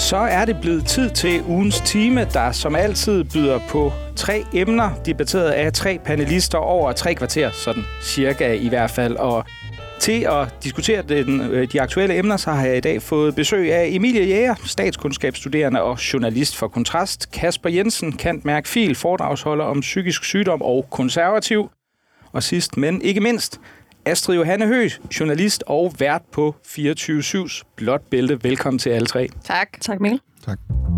Så er det blevet tid til ugens time, der som altid byder på 3 emner, debatteret af 3 panelister over 3 kvarter, sådan cirka i hvert fald. Og til at diskutere de aktuelle emner, så har jeg i dag fået besøg af Emilie Jæger, statskundskabsstuderende og journalist for Kontrast, Kasper Jensen, cand.merc. Phil, foredragsholder om psykisk sygdom og konservativ. Og sidst, men ikke mindst, Astrid Johanne Høgh, journalist og vært på 24/7's Blåt Bælte. Velkommen til alle 3. Tak. Tak, Mikkel. Tak.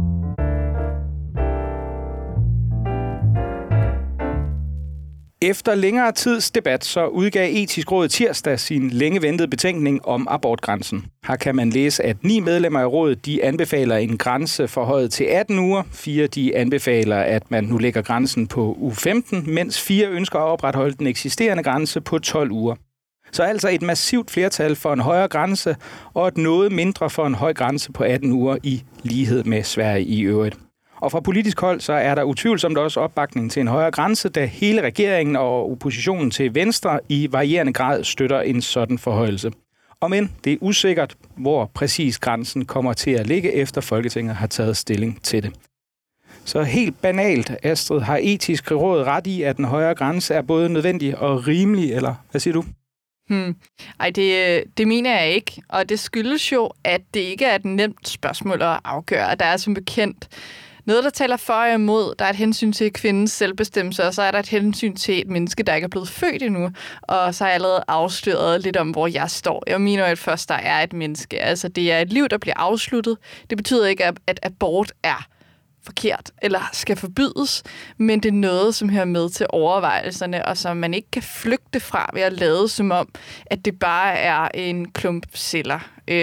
Efter længere tids debat, så udgav Etisk Råd tirsdag sin længe ventede betænkning om abortgrænsen. Her kan man læse, at 9 medlemmer af rådet de anbefaler en grænse forhøjet til 18 uger. 4 de anbefaler, at man nu lægger grænsen på uge 15, mens 4 ønsker at opretholde den eksisterende grænse på 12 uger. Så altså et massivt flertal for en højere grænse, og et noget mindre for en høj grænse på 18 uger i lighed med Sverige i øvrigt. Og fra politisk hold så er der utvivlsomt også opbakning til en højere grænse, da hele regeringen og oppositionen til Venstre i varierende grad støtter en sådan forhøjelse. Og men det er usikkert, hvor præcis grænsen kommer til at ligge, efter Folketinget har taget stilling til det. Så helt banalt, Astrid, har Etisk Råd ret i, at en højere grænse er både nødvendig og rimelig, eller hvad siger du? Ej, det mener jeg ikke. Og det skyldes jo, at det ikke er et nemt spørgsmål at afgøre. Der er som bekendt noget, der taler for og imod. Der er et hensyn til kvindens selvbestemmelse, og så er der et hensyn til et menneske, der ikke er blevet født endnu. Og så har jeg allerede afsløret lidt om, hvor jeg står. Jeg mener at først, der er et menneske. Altså, det er et liv, der bliver afsluttet. Det betyder ikke, at abort er forkert eller skal forbydes, men det er noget, som hører med til overvejelserne, og som man ikke kan flygte fra ved at lade som om, at det bare er en klump celler.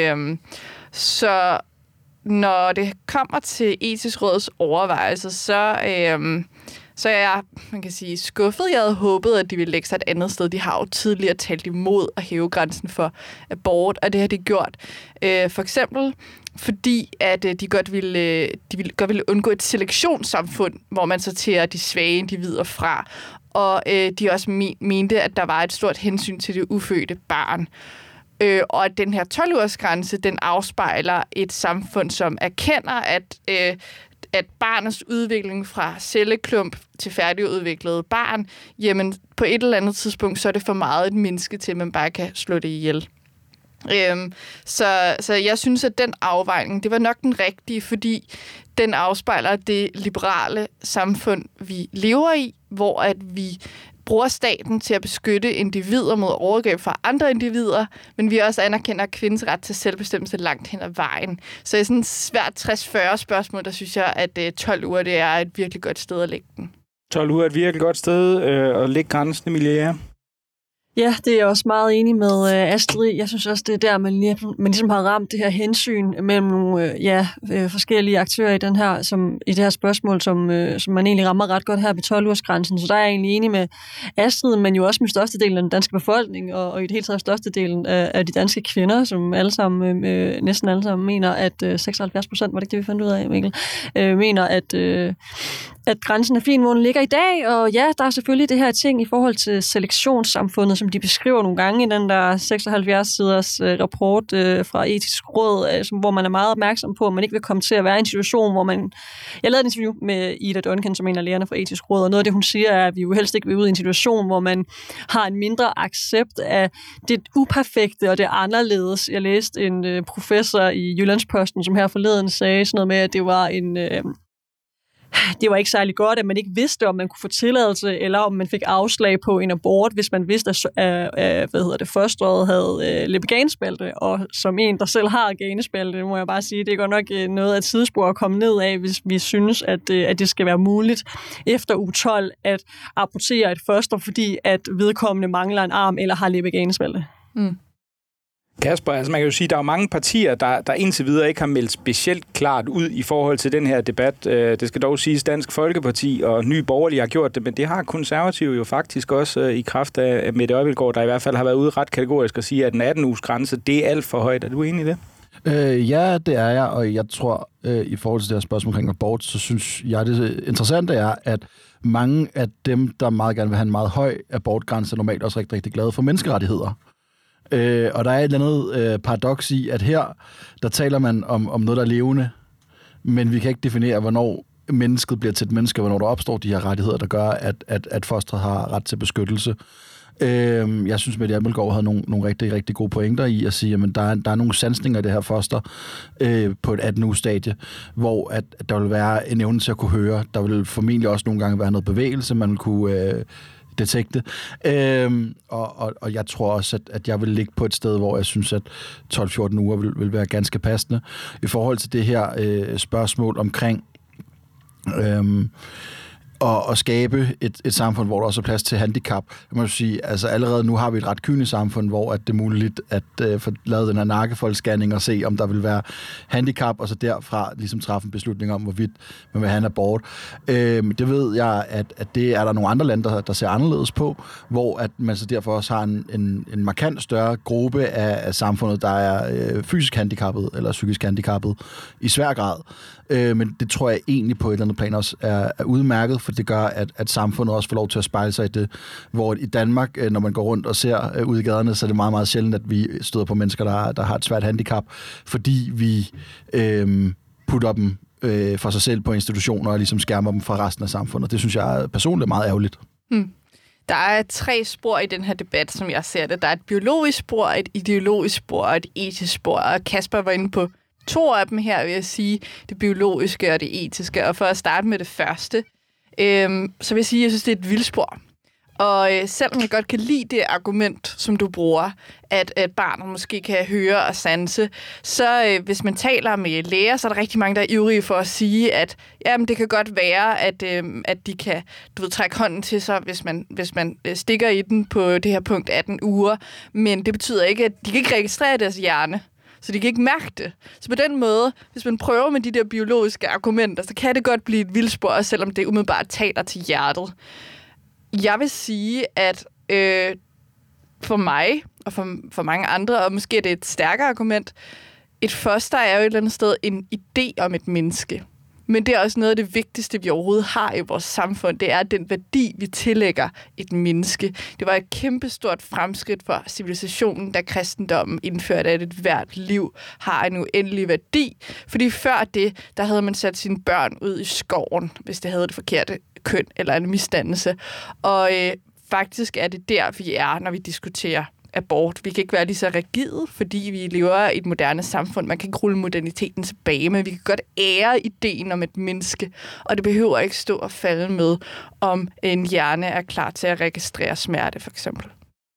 Så når det kommer til Etisk Råds overvejelser, så er jeg, man kan sige, skuffet. Jeg havde håbet, at de ville lægge sig et andet sted. De har jo tidligere talt imod at hæve grænsen for abort, og det har de gjort. For eksempel fordi at de godt ville undgå et selektionssamfund, hvor man sorterer de svage individer fra. Og de også mente, at der var et stort hensyn til det ufødte barn. Og at den her 12-ugers grænse, den afspejler et samfund, som erkender, at barnets udvikling fra celleklump til færdigudviklet barn, jamen på et eller andet tidspunkt, så er det for meget et menneske til, at man bare kan slå det ihjel. Så jeg synes, at den afvejning, det var nok den rigtige, fordi den afspejler det liberale samfund, vi lever i, hvor at vi bruger staten til at beskytte individer mod overgreb fra andre individer, men vi også anerkender kvindens ret til selvbestemmelse langt hen ad vejen. Så i sådan et svært 60-40 spørgsmål, der synes jeg, at 12 uger det er et virkelig godt sted at lægge den. 12 uger er et virkelig godt sted at lægge grænsen, Emilie. Ja, det er jeg også meget enig med Astrid. Jeg synes også, det er der, man ligesom har ramt det her hensyn mellem nogle forskellige aktører i det her spørgsmål, som man egentlig rammer ret godt her ved 12-ugersgrænsen. Så der er jeg egentlig enig med Astrid, men jo også med størstedelen af den danske befolkning, og i det hele taget størstedelen af de danske kvinder, som alle sammen, næsten alle sammen mener, at 76%, var det ikke det, vi fandt ud af, Mikkel, mener, at grænsen er fin, hvor den ligger i dag. Og ja, der er selvfølgelig det her ting i forhold til selektionssamfundet, som de beskriver nogle gange i den der 76-siders rapport fra Etisk Råd, hvor man er meget opmærksom på, at man ikke vil komme til at være i en situation, hvor man... Jeg lavede et interview med Ida Duncan, som en af lærerne fra Etisk Råd, og noget af det, hun siger, er, at vi jo helst ikke vil ud i en situation, hvor man har en mindre accept af det uperfekte og det anderledes. Jeg læste en professor i Jyllandsposten, som her forleden sagde sådan noget med, at det var det var ikke særlig godt, at man ikke vidste, om man kunne få tilladelse, eller om man fik afslag på en abort, hvis man vidste, at fosteret havde lebeganespalte, og som en, der selv har ganespalte, må jeg bare sige, det er godt nok noget af et sidespor at komme ned af, hvis vi synes, at det skal være muligt efter uge 12 at abortere et foster, fordi at vedkommende mangler en arm eller har lebeganespalte. Kasper, altså man kan jo sige, at der er mange partier, der indtil videre ikke har meldt specielt klart ud i forhold til den her debat. Det skal dog siges, Dansk Folkeparti og Nye Borgerlige har gjort det, men det har Konservative jo faktisk også i kraft af Mette Abildgaard, der i hvert fald har været ude ret kategorisk at sige, at den 18-uges grænse, det er alt for højt. Er du enig i det? Ja, det er jeg, og jeg tror, i forhold til det her spørgsmål omkring abort, så synes jeg, det interessante er, at mange af dem, der meget gerne vil have en meget høj abortgrænse, er normalt også rigtig, rigtig glade for menneskerettigheder. Og der er et eller andet paradoks i, at her, der taler man om noget, der er levende, men vi kan ikke definere, hvornår mennesket bliver til et menneske, hvornår der opstår de her rettigheder, der gør, at fosteret har ret til beskyttelse. Jeg synes, Mette Abildgaard havde nogle rigtig, rigtig gode pointer i at sige, at der er nogle sansninger i det her foster på et 18-uge-stadie, hvor at der vil være en evne til at kunne høre. Der vil formentlig også nogle gange være noget bevægelse, man vil kunne detekte. Og jeg tror også, at jeg vil ligge på et sted, hvor jeg synes, at 12-14 uger vil være ganske passende. I forhold til det her spørgsmål omkring og skabe et samfund, hvor der også er plads til handicap. Jeg må sige, altså allerede nu har vi et ret kynisk samfund, hvor at det er muligt at få lavet den her nakkefoldsscanning og se, om der vil være handicap, og så derfra ligesom træffe en beslutning om, hvorvidt man vil have en abort. Det ved jeg, at det er der nogle andre lande, der ser anderledes på, hvor at man så derfor også har en markant større gruppe af samfundet, der er fysisk handicappet eller psykisk handicappet i svær grad. Men det tror jeg egentlig på et eller andet plan også er udmærket, for det gør, at samfundet også får lov til at spejle sig i det. Hvor i Danmark, når man går rundt og ser ud i gaderne, så er det meget, meget sjældent, at vi støder på mennesker, der har et svært handicap, fordi vi putter dem for sig selv på institutioner og ligesom skærmer dem fra resten af samfundet. Det synes jeg personligt er meget ærgerligt. Der er 3 spor i den her debat, som jeg ser det. Der er et biologisk spor, et ideologisk spor og et etisk spor. Og Kasper var inde på 2 af dem her, vil jeg sige. Det biologiske og det etiske. Og for at starte med det første, så vil jeg sige, at jeg synes, det er et vildspor. Og selvom jeg godt kan lide det argument, som du bruger, at barnet måske kan høre og sanse, så hvis man taler med læger, så er der rigtig mange, der er ivrige for at sige, at jamen, det kan godt være, at de kan trække hånden til sig, hvis man stikker i den på det her punkt 18 uger. Men det betyder ikke, at de kan ikke registrere deres hjerne. Så de kan ikke mærke det. Så på den måde, hvis man prøver med de der biologiske argumenter, så kan det godt blive et vildspor, selvom det umiddelbart taler til hjertet. Jeg vil sige, at for mig og for mange andre, og måske er det et stærkere argument, et foster er jo et eller andet sted en idé om et menneske. Men det er også noget af det vigtigste, vi overhovedet har i vores samfund. Det er den værdi, vi tillægger et menneske. Det var et kæmpestort fremskridt for civilisationen, da kristendommen indførte, at et hvert liv har en uendelig værdi. Fordi før det, der havde man sat sine børn ud i skoven, hvis det havde det forkerte køn eller en misdannelse. Og faktisk er det der, vi er, når vi diskuterer abort. Vi kan ikke være lige så rigide, fordi vi lever i et moderne samfund. Man kan ikke rulle moderniteten tilbage, men vi kan godt ære ideen om et menneske, og det behøver ikke stå og falde med, om en hjerne er klar til at registrere smerte, for eksempel.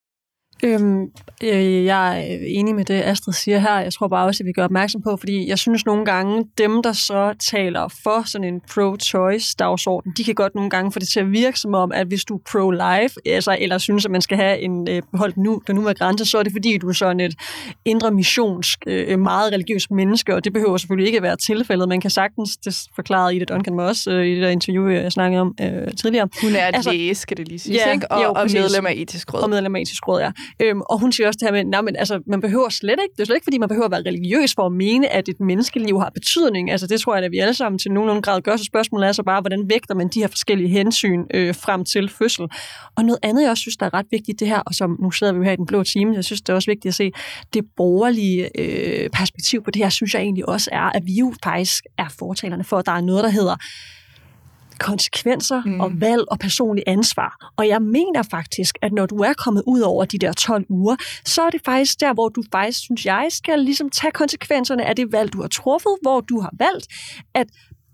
Jeg er enig med det, Astrid siger her. Jeg tror bare også, at vi gør opmærksom på, fordi jeg synes nogle gange, dem, der så taler for sådan en pro-choice-dagsorden, de kan godt nogle gange få det til at virke som om, at hvis du er pro-life, eller synes, at man skal have en beholdt den nuværende grænse, så er det fordi, du er sådan et indre missionsk, meget religiøst menneske, og det behøver selvfølgelig ikke at være tilfældet. Man kan sagtens, det forklarede Ida Duncan med os i det der interview, jeg snakkede om tidligere. Hun er læge, skal det lige sige, ikke? Og medlem af Etisk Råd. Og medlem af Etisk Råd, ja. Og hun siger også det her med, man behøver slet ikke, det er slet ikke, fordi man behøver at være religiøs for at mene, at et menneskeliv har betydning. Altså det tror jeg, at vi alle sammen til nogen grad gør, så spørgsmålet er så bare, hvordan vægter man de her forskellige hensyn frem til fødsel. Og noget andet, jeg også synes, der er ret vigtigt det her, og som nu sidder vi her i den blå time, jeg synes, det er også vigtigt at se, det borgerlige perspektiv på det her, synes jeg egentlig også er, at vi jo faktisk er fortalerne for, at der er noget, der hedder konsekvenser og valg og personlig ansvar. Og jeg mener faktisk, at når du er kommet ud over de der 12 uger, så er det faktisk der, hvor du faktisk, synes jeg, skal ligesom tage konsekvenserne af det valg, du har truffet, hvor du har valgt at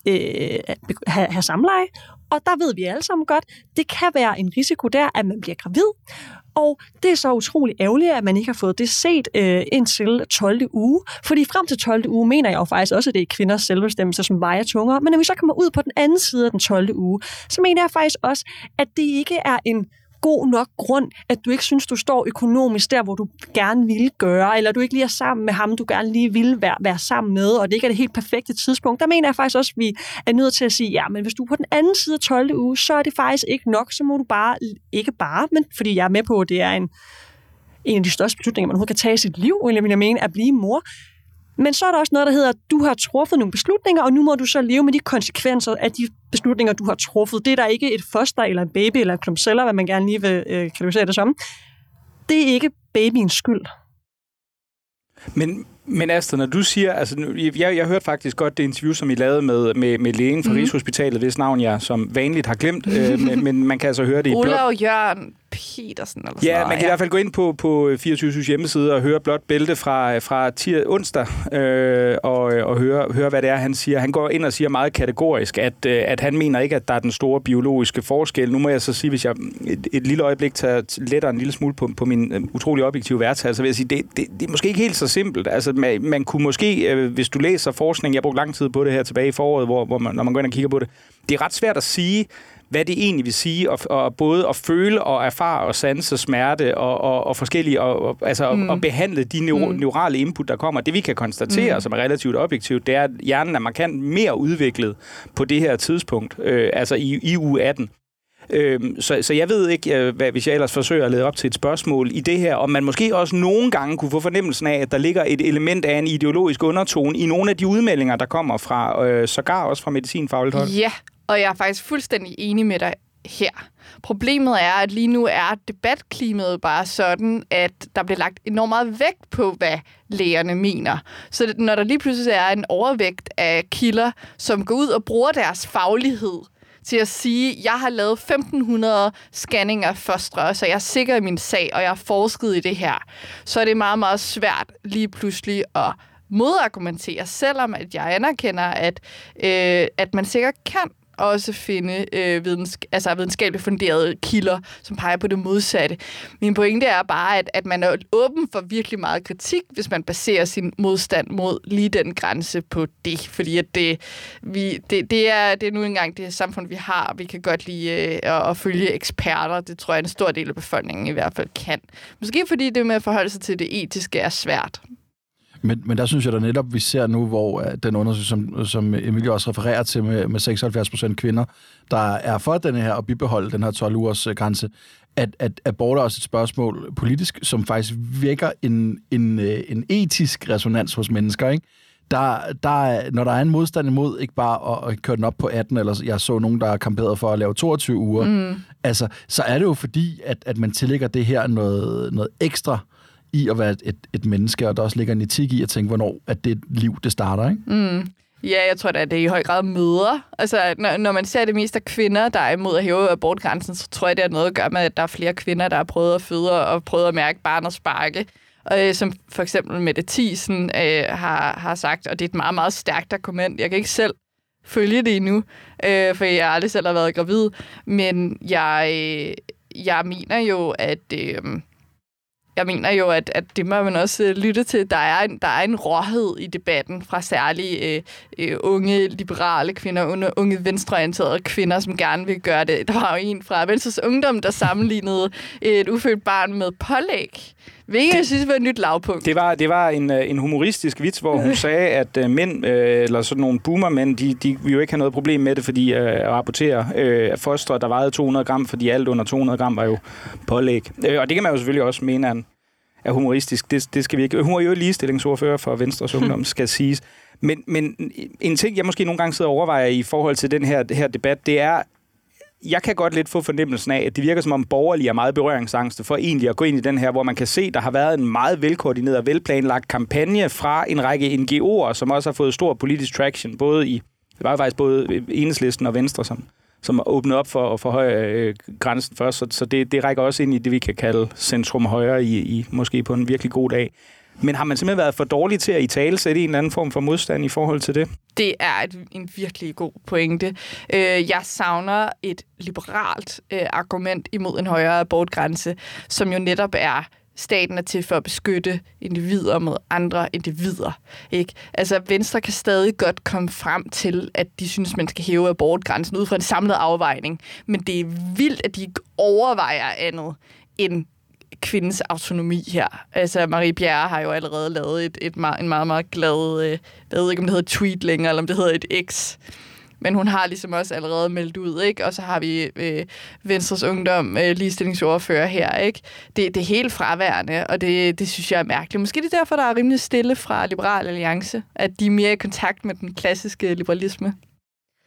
have samleje. Og der ved vi alle sammen godt, det kan være en risiko der, at man bliver gravid. Og det er så utrolig ærgerligt, at man ikke har fået det set indtil 12. uge. Fordi frem til 12. uge mener jeg jo faktisk også, at det er kvinders selvbestemmelse, som vejer tungere. Men når vi så kommer ud på den anden side af den 12. uge, så mener jeg faktisk også, at det ikke er en god nok grund, at du ikke synes, du står økonomisk der, hvor du gerne ville gøre, eller du ikke lige er sammen med ham, du gerne lige ville være sammen med, og det ikke er det helt perfekte tidspunkt. Der mener jeg faktisk også, at vi er nødt til at sige, ja, men hvis du er på den anden side af 12. uge, så er det faktisk ikke nok, så må du men fordi jeg er med på, at det er en af de største beslutninger, man overhovedet kan tage i sit liv, eller jeg mener, at blive mor. Men så er der også noget, der hedder, at du har truffet nogle beslutninger, og nu må du så leve med de konsekvenser af de beslutninger, du har truffet. Det er der ikke et foster, eller en baby, eller en klump celler, hvad man gerne lige vil kategorisere det som. Det er ikke babyens skyld. Men Astrid, når du siger, altså jeg hørte faktisk godt det interview, som I lavede med lægen fra Rigshospitalet, hvis navn jeg som vanligt har glemt, men man kan altså høre det i Olav Jørgen Petersen eller sådan noget. Man kan i hvert fald gå ind på 24syvs hjemmeside og høre blot bælte fra onsdag og høre, hvad det er, han siger. Han går ind og siger meget kategorisk, at han mener ikke, at der er den store biologiske forskel. Nu må jeg så sige, hvis jeg et lille øjeblik letter en lille smule på min utrolig objektive værtag, så vil jeg sige, det er måske ikke helt så simpelt. Altså, man kunne måske, hvis du læser forskning, jeg har brugt lang tid på det her tilbage i foråret, hvor man, når man går ind og kigger på det, det er ret svært at sige, hvad det egentlig vil sige, og både at føle og erfare og sanse smerte og forskellige, og behandle de neurale input, der kommer. Det vi kan konstatere, som er relativt objektivt, det er, at hjernen er markant mere udviklet på det her tidspunkt, altså i uge 18. Så jeg ved ikke, hvis jeg ellers forsøger at lede op til et spørgsmål i det her, om man måske også nogle gange kunne få fornemmelsen af, at der ligger et element af en ideologisk undertone i nogle af de udmeldinger, der kommer fra, sågar også fra medicinfagligt hold. Ja, og jeg er faktisk fuldstændig enig med dig her. Problemet er, at lige nu er debatklimaet bare sådan, at der bliver lagt enormt meget vægt på, hvad lægerne mener. Så når der lige pludselig er en overvægt af kilder, som går ud og bruger deres faglighed til at sige, jeg har lavet 1.500 scanninger af fostre, så jeg er sikker i min sag, og jeg har forsket i det her, så er det meget, meget svært lige pludselig at modargumentere, selvom at jeg anerkender, at man sikkert kan også finde videnskabeligt funderede kilder, som peger på det modsatte. Min pointe er bare, at man er åben for virkelig meget kritik, hvis man baserer sin modstand mod lige den grænse på det. Fordi at det er nu engang det samfund, vi har. Vi kan godt lide at følge eksperter. Det tror jeg, en stor del af befolkningen i hvert fald kan. Måske fordi det med at forholde sig til det etiske er svært. Men der synes jeg da netop, vi ser nu, hvor den undersøgelse, som Emilie også refererer til med 76% kvinder, der er for denne her at bibeholde den her 12 ugers grænse, at abort er også et spørgsmål politisk, som faktisk vækker en etisk resonans hos mennesker, ikke? Når der er en modstand imod ikke bare at køre den op på 18, eller jeg så nogen, der er kamperet for at lave 22 uger, altså, så er det jo fordi, at man tillægger det her noget ekstra i at være et menneske, og der også ligger en etik i at tænke, hvornår at det et liv, det starter, ikke? Ja, jeg tror da, at det er i høj grad mødre. Altså, når man ser det mest af kvinder, der er imod at hæve abortgrænsen, så tror jeg, det har noget at gøre med, at der er flere kvinder, der har prøvet at føde og prøvet at mærke barnets sparke. Som for eksempel Mette Thiesen har sagt, og det er et meget, meget stærkt argument. Jeg kan ikke selv følge det endnu, for jeg aldrig selv har været gravid. Men jeg mener jo, at det må man også lytte til. Der er en råhed i debatten fra særlige unge liberale kvinder, unge venstreorienterede kvinder, som gerne vil gøre det. Der var jo en fra Venstres Ungdom, der sammenlignede et ufødt barn med pålæg. Hvilket jeg synes var et nyt lavpunkt. Det var en humoristisk vits, hvor hun sagde, at mænd, eller sådan nogle boomermænd, de vil jo ikke have noget problem med det, fordi at rapportere fostre, der vejede 200 gram, fordi alt under 200 gram var jo pålæg. Og det kan man jo selvfølgelig også mene er humoristisk. Det skal vi ikke. Hun er jo ligestillingsordfører for Venstres Ungdom, skal siges. Men en ting, jeg måske nogle gange sidder og overvejer i forhold til den her debat, det er, jeg kan godt lidt få fornemmelsen af, at det virker som om borgerlige er meget berøringsangste for egentlig at gå ind i den her, hvor man kan se, der har været en meget velkoordineret og velplanlagt kampagne fra en række NGO'er, som også har fået stor politisk traction, både Enhedslisten og Venstre, som har åbnet op for at forhøje grænsen først, så det rækker også ind i det, vi kan kalde centrum højre i måske på en virkelig god dag. Men har man simpelthen været for dårlig til at italesætte en eller anden form for modstand i forhold til det? Det er en virkelig god pointe. Jeg savner et liberalt argument imod en højere abortgrænse, som jo netop er, staten er til for at beskytte individer mod andre individer. Ikke? Altså, Venstre kan stadig godt komme frem til, at de synes, man skal hæve abortgrænsen ud fra en samlet afvejning. Men det er vildt, at de ikke overvejer andet end kvindens autonomi her. Altså, Marie Bjerre har jo allerede lavet en meget, meget glad, jeg ved ikke, om det hedder tweet længere, eller om det hedder et X. Men hun har ligesom også allerede meldt ud, ikke? Og så har vi Venstres Ungdom ligestillingsordfører her, ikke? Det er helt fraværende, og det synes jeg er mærkeligt. Måske det er derfor, der er rimelig stille fra Liberal Alliance, at de er mere i kontakt med den klassiske liberalisme.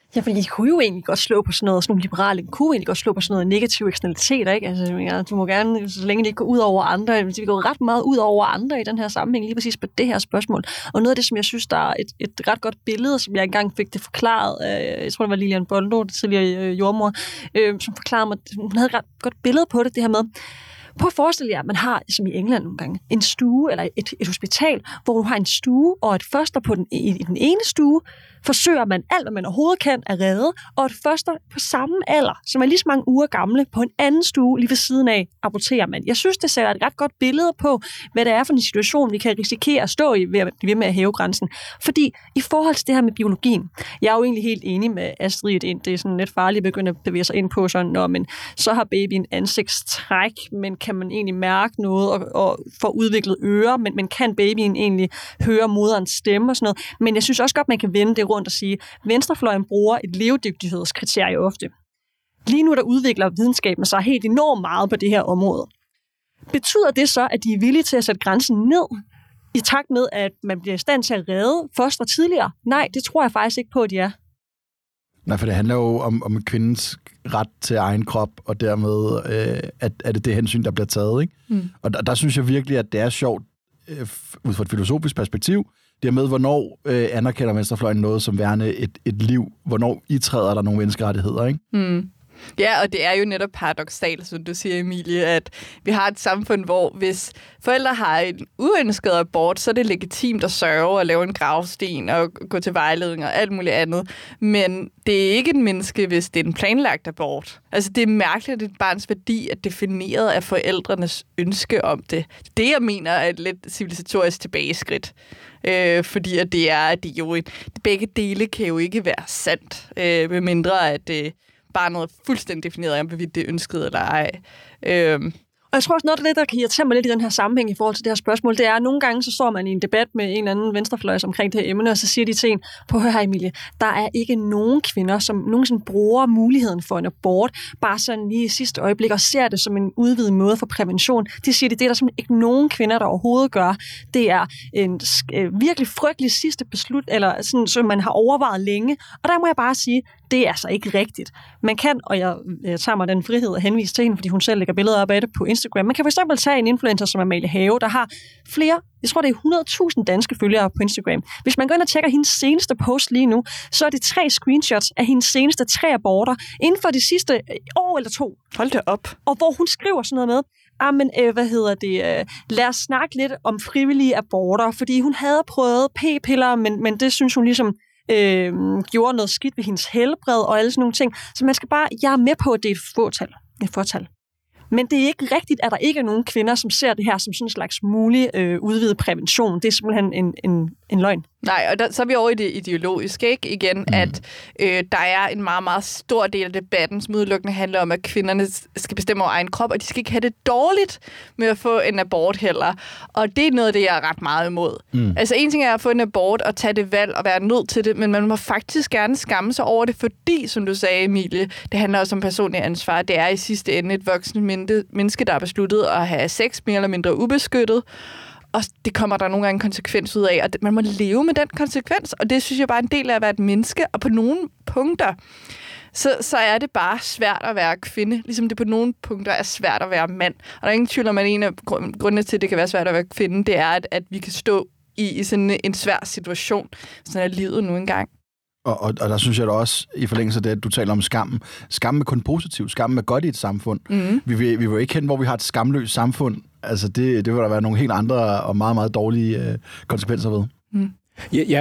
Ja, fordi de kunne jo egentlig godt slå på sådan nogle liberale, kunne egentlig godt slå på sådan noget negative eksternaliteter, ikke? Altså, du må gerne, så længe det ikke går ud over andre, vi går ret meget ud over andre i den her sammenhæng, lige præcis på det her spørgsmål. Og noget af det, som jeg synes, der er et ret godt billede, som jeg engang fik det forklaret, jeg tror, det var Lilian Bondo, tidligere jordmor, som forklarede mig, hun havde et ret godt billede på det her med, prøv at forestille jer, at man har, som i England nogle gange, en stue eller et hospital, hvor du har en stue og et foster på i den ene stue, forsøger man alt, hvad man overhovedet kan at redde, og et foster på samme alder, som er lige så mange uger gamle, på en anden stue lige ved siden af, aborterer man. Jeg synes, det sætter et ret godt billede på, hvad det er for en situation, vi kan risikere at stå i ved at blive ved med at hæve grænsen. Fordi i forhold til det her med biologien, jeg er jo egentlig helt enig med Astrid, det er sådan lidt farligt at begynde at bevæge sig ind på sådan, men så har babyen ansigtstræk, men kan man egentlig mærke noget og få udviklet ører, men kan babyen egentlig høre moderens stemme og sådan noget. Men jeg synes også godt, man kan vende det rundt og sige, venstrefløjen bruger et levedygtighedskriterie ofte. Lige nu der udvikler videnskaben sig helt enormt meget på det her område. Betyder det så, at de er villige til at sætte grænsen ned, i takt med, at man bliver i stand til at redde foster tidligere? Nej, det tror jeg faktisk ikke på, at de er. Nej, for det handler jo om kvindens ret til egen krop, og dermed er det hensyn, der bliver taget, ikke? Og der synes jeg virkelig, at det er sjovt, ud fra et filosofisk perspektiv, det er med, hvornår anerkender venstrefløjen noget som værende et liv, hvornår itræder der nogle menneskerettigheder, ikke? Ja, og det er jo netop paradoksalt, som du siger, Emilie, at vi har et samfund, hvor hvis forældre har en uønsket abort, så er det legitimt at sørge og lave en gravsten og gå til vejledning og alt muligt andet. Men det er ikke en menneske, hvis det er en planlagt abort. Altså, det er mærkeligt, at et barns værdi er defineret af forældrenes ønske om det. Det, jeg mener, er et lidt civilisatorisk tilbageskridt. Fordi at det er jo begge dele kan jo ikke være sandt, medmindre at barnet er fuldstændig defineret af, hvorvidt det er ønsket eller ej. Og jeg tror også, noget af det, der kan irritere mig lidt i den her sammenhæng i forhold til det her spørgsmål, det er, at nogle gange så står man i en debat med en eller anden venstrefløjs omkring det her emne, og så siger de til en, på hør her, Emilie, der er ikke nogen kvinder, som nogensinde bruger muligheden for en abort, bare sådan lige i sidste øjeblik, og ser det som en udvidet måde for prævention. De siger, det er der simpelthen ikke nogen kvinder, der overhovedet gør. Det er en virkelig frygtelig sidste eller sådan, som man har overvejet længe. Og der må jeg bare sige, det er altså ikke rigtigt. Man kan, og jeg tager mig den frihed at henvise til hende, fordi hun selv lægger billeder op af det på Instagram. Man kan for eksempel tage en influencer som Amalie Have, der har flere, jeg tror det er 100.000 danske følgere på Instagram. Hvis man går ind og tjekker hendes seneste post lige nu, så er det 3 screenshots af hendes seneste 3 aborter inden for de sidste år eller 2. Hold det op. Og hvor hun skriver sådan noget med, lad os snakke lidt om frivillige aborter, fordi hun havde prøvet p-piller, men det synes hun ligesom gjorde noget skidt ved hendes helbred og alle sådan nogle ting. Så man skal bare, jeg er med på, at det er et fåtal. Men det er ikke rigtigt, at der ikke er nogen kvinder, som ser det her som sådan en slags mulig udvidet prævention. Det er simpelthen en løgn. Nej, og så er vi over i det ideologiske, ikke? Igen, at der er en meget, meget stor del af debatten, som udelukkende handler om, at kvinderne skal bestemme over egen krop, og de skal ikke have det dårligt med at få en abort heller. Og det er noget af det, jeg er ret meget imod. Altså, en ting er at få en abort og tage det valg og være nødt til det, men man må faktisk gerne skamme sig over det, fordi, som du sagde, Emilie, det handler også om personlig ansvar. Det er i sidste ende et voksent menneske, der har besluttet at have sex mere eller mindre ubeskyttet. Og det kommer der nogle gange en konsekvens ud af, og man må leve med den konsekvens, og det synes jeg bare er en del af at være et menneske, og på nogle punkter, så er det bare svært at være kvinde, ligesom det på nogle punkter er svært at være mand. Og der er ingen tvivl om, at en af grundene til, at det kan være svært at være kvinde, det er, at vi kan stå i sådan en svær situation, sådan er livet nu engang. Og der synes jeg da også, i forlængelse af det, at du taler om skammen. Skammen er kun positiv. Skammen er godt i et samfund. Vi vil jo ikke kende, hvor vi har et skamløst samfund. Altså, det vil der være nogle helt andre og meget, meget dårlige konsekvenser ved. Jeg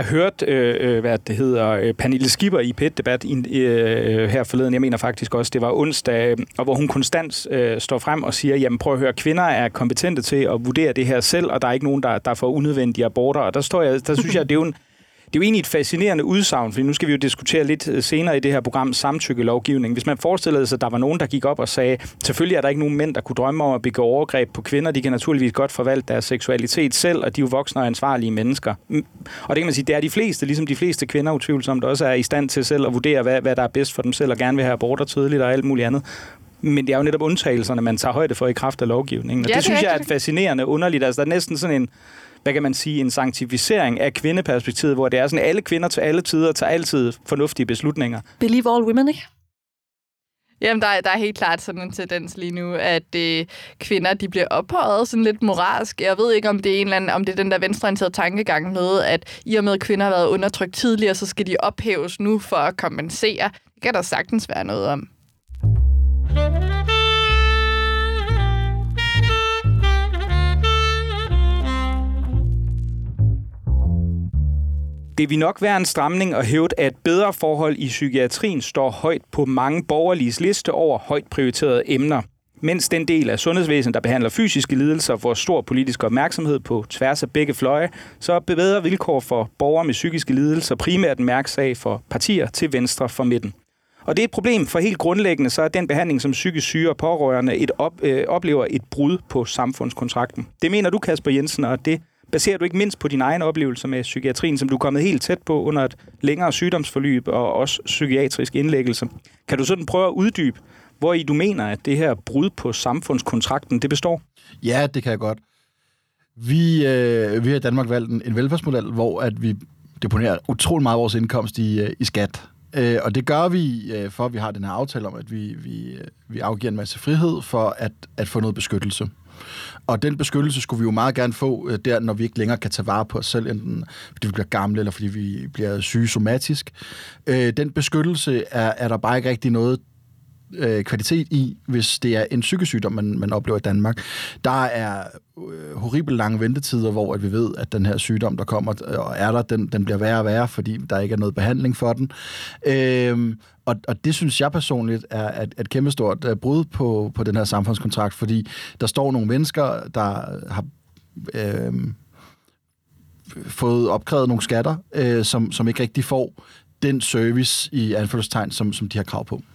hørte, Pernille Skipper i PET-debat her forleden. Jeg mener faktisk også, det var onsdag, og hvor hun konstant står frem og siger, jamen prøv at høre, kvinder er kompetente til at vurdere det her selv, og der er ikke nogen, der får unødvendige aborter. Og der synes jeg, det er jo egentlig et fascinerende udsagn, fordi nu skal vi jo diskutere lidt senere i det her program samtykkelovgivning. Hvis man forestillede sig, at der var nogen, der gik op og sagde, selvfølgelig er der ikke nogen mænd, der kunne drømme om at begå overgreb på kvinder. De kan naturligvis godt forvalte deres seksualitet selv, og de er jo voksne og ansvarlige mennesker. Og det kan man sige, det er de fleste, ligesom de fleste kvinder utvivlsomt også er i stand til selv at vurdere, hvad der er bedst for dem selv, og gerne vil have aborter tidligt og alt muligt andet. Men det er jo netop undtagelserne, man tager højde for i kraft af lovgivningen. Og det synes jeg er fascinerende, underligt. Altså, der er næsten sådan hvad kan man sige, en sanctificering af kvindeperspektivet, hvor det er sådan, alle kvinder til alle tider tager altid fornuftige beslutninger. Believe all women, ikke? Jamen, der er helt klart sådan en tendens lige nu, at kvinder de bliver ophøjet sådan lidt moralsk. Jeg ved ikke, om det er om det er den der venstreorienterede tankegang med, at i og med, at kvinder har været undertrykt tidligere, så skal de ophæves nu for at kompensere. Det kan der sagtens være noget om. Det vil nok være en stramning at hævde, at bedre forhold i psykiatrien står højt på mange borgerliges liste over højt prioriterede emner. Mens den del af sundhedsvæsenet, der behandler fysiske lidelser, får stor politisk opmærksomhed på tværs af begge fløje, så er bedre vilkår for borgere med psykiske lidelser primært en mærkesag for partier til venstre for midten. Og det er et problem, for helt grundlæggende så er den behandling, som psykisk syge og pårørende oplever et brud på samfundskontrakten. Det mener du, Kasper Jensen, og det baserer du ikke mindst på dine egne oplevelser med psykiatrien, som du er kommet helt tæt på under et længere sygdomsforløb og også psykiatrisk indlæggelse. Kan du sådan prøve at uddybe, hvor i du mener, at det her brud på samfundskontrakten, det består? Ja, det kan jeg godt. Vi har i Danmark valgt en velfærdsmodel, hvor at vi deponerer utrolig meget af vores indkomst i skat. Og det gør vi, for at vi har den her aftale om, at vi afgiver en masse frihed for at få noget beskyttelse. Og den beskyttelse skulle vi jo meget gerne få der, når vi ikke længere kan tage vare på os selv, enten fordi vi bliver gamle, eller fordi vi bliver syge somatisk. Den beskyttelse er der bare ikke rigtig noget kvalitet i, hvis det er en psykisk sygdom, man oplever i Danmark. Der er horrible lange ventetider, hvor at vi ved, at den her sygdom, der kommer og er der, den bliver værre og værre, fordi der ikke er noget behandling for den. Og det synes jeg personligt er et kæmpestort brud på den her samfundskontrakt, fordi der står nogle mennesker, der har fået opkrævet nogle skatter, som ikke rigtig får den service i anførselstegn, som de har krav på.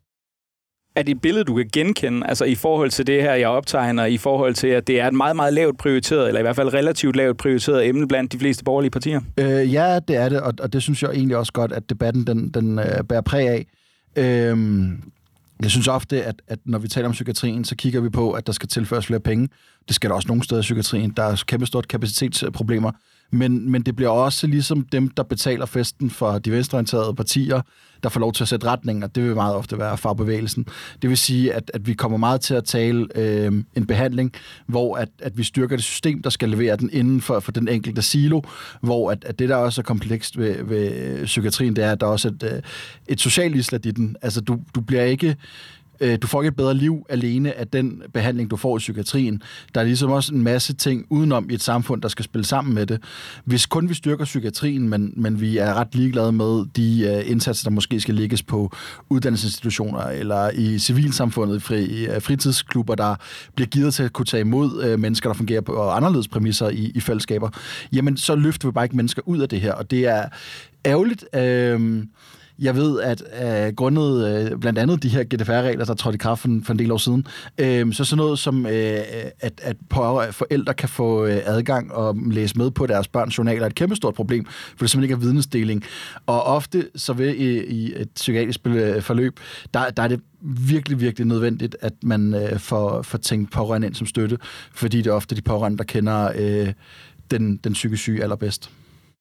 Er det et billede, du kan genkende, altså i forhold til det her, jeg optegner, i forhold til, at det er et meget, meget lavt prioriteret, eller i hvert fald relativt lavt prioriteret emne blandt de fleste borgerlige partier? Ja, det er det, og det synes jeg egentlig også godt, at debatten den bærer præg af. Jeg synes ofte, at når vi taler om psykiatrien, så kigger vi på, at der skal tilføres flere penge. Det skal der også nogle steder i psykiatrien. Der er kæmpestort kapacitetsproblemer. Men det bliver også ligesom dem, der betaler festen for de venstreorienterede partier, der får lov til at sætte retninger. Det vil meget ofte være fagbevægelsen. Det vil sige, at vi kommer meget til at tale en behandling, hvor at vi styrker det system, der skal levere den inden for den enkelte silo, hvor at det, der også er komplekst ved psykiatrien, det er, at der også er et socialt islet i den. Altså, du bliver ikke... Du får ikke et bedre liv alene af den behandling, du får i psykiatrien. Der er ligesom også en masse ting udenom i et samfund, der skal spille sammen med det. Hvis kun vi styrker psykiatrien, men vi er ret ligeglade med de indsatser, der måske skal lægges på uddannelsesinstitutioner eller i civilsamfundet, i fritidsklubber, der bliver givet til at kunne tage imod mennesker, der fungerer på anderledes præmisser i fællesskaber, jamen så løfter vi bare ikke mennesker ud af det her, og det er ærgerligt. Jeg ved, at grundet blandt andet de her GDPR-regler, der trådte i kraft for en del år siden, så sådan noget som, at forældre kan få adgang og læse med på deres børns journaler, er et kæmpestort problem, for det simpelthen ikke er vidnesdeling. Og ofte så vil i et psykiatrisk forløb, der er det virkelig, virkelig nødvendigt, at man får tænkt pårørende ind som støtte, fordi det er ofte de pårørende, der kender den psykisk syge allerbedst.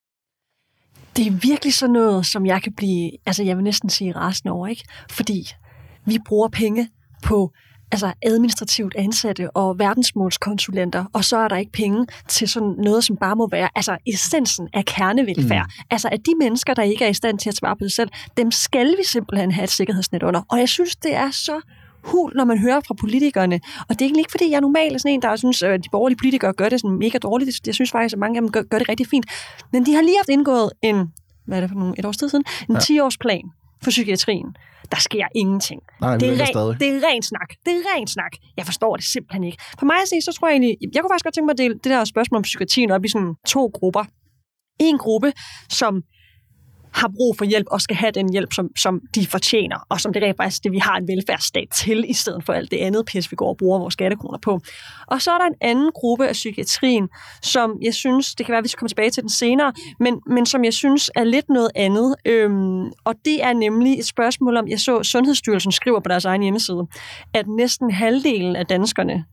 Det er virkelig sådan noget, som jeg kan blive, altså jeg vil næsten sige rasende over, ikke? Fordi vi bruger penge på administrativt ansatte og verdensmålskonsulenter, og så er der ikke penge til sådan noget, som bare må være essensen af kernevelfærd. Altså at de mennesker, der ikke er i stand til at svare på sig selv, dem skal vi simpelthen have et sikkerhedsnet under. Og jeg synes, det er så hul, når man hører fra politikerne. Og det er egentlig ikke, fordi jeg er normalt sådan en, der synes, at de borgerlige politikere gør det sådan mega dårligt. Jeg synes faktisk, at mange af dem gør det rigtig fint. Men de har lige haft indgået et års tid siden, en 10-årsplan for psykiatrien. Der sker ingenting. Nej, det er ren snak. Det er ren snak. Jeg forstår det simpelthen ikke. For mig at se, så tror jeg egentlig, jeg kunne faktisk godt tænke mig at dele det der spørgsmål om psykiatrien op i sådan 2 grupper. En gruppe, som har brug for hjælp og skal have den hjælp, som de fortjener, og som det er faktisk det, vi har en velfærdsstat til, i stedet for alt det andet pis, vi går og bruger vores skattekroner på. Og så er der en anden gruppe af psykiatrien, som jeg synes, det kan være, at vi skal komme tilbage til den senere, men som jeg synes er lidt noget andet. Og det er nemlig et spørgsmål om, jeg så Sundhedsstyrelsen skriver på deres egen hjemmeside, at næsten halvdelen af danskerne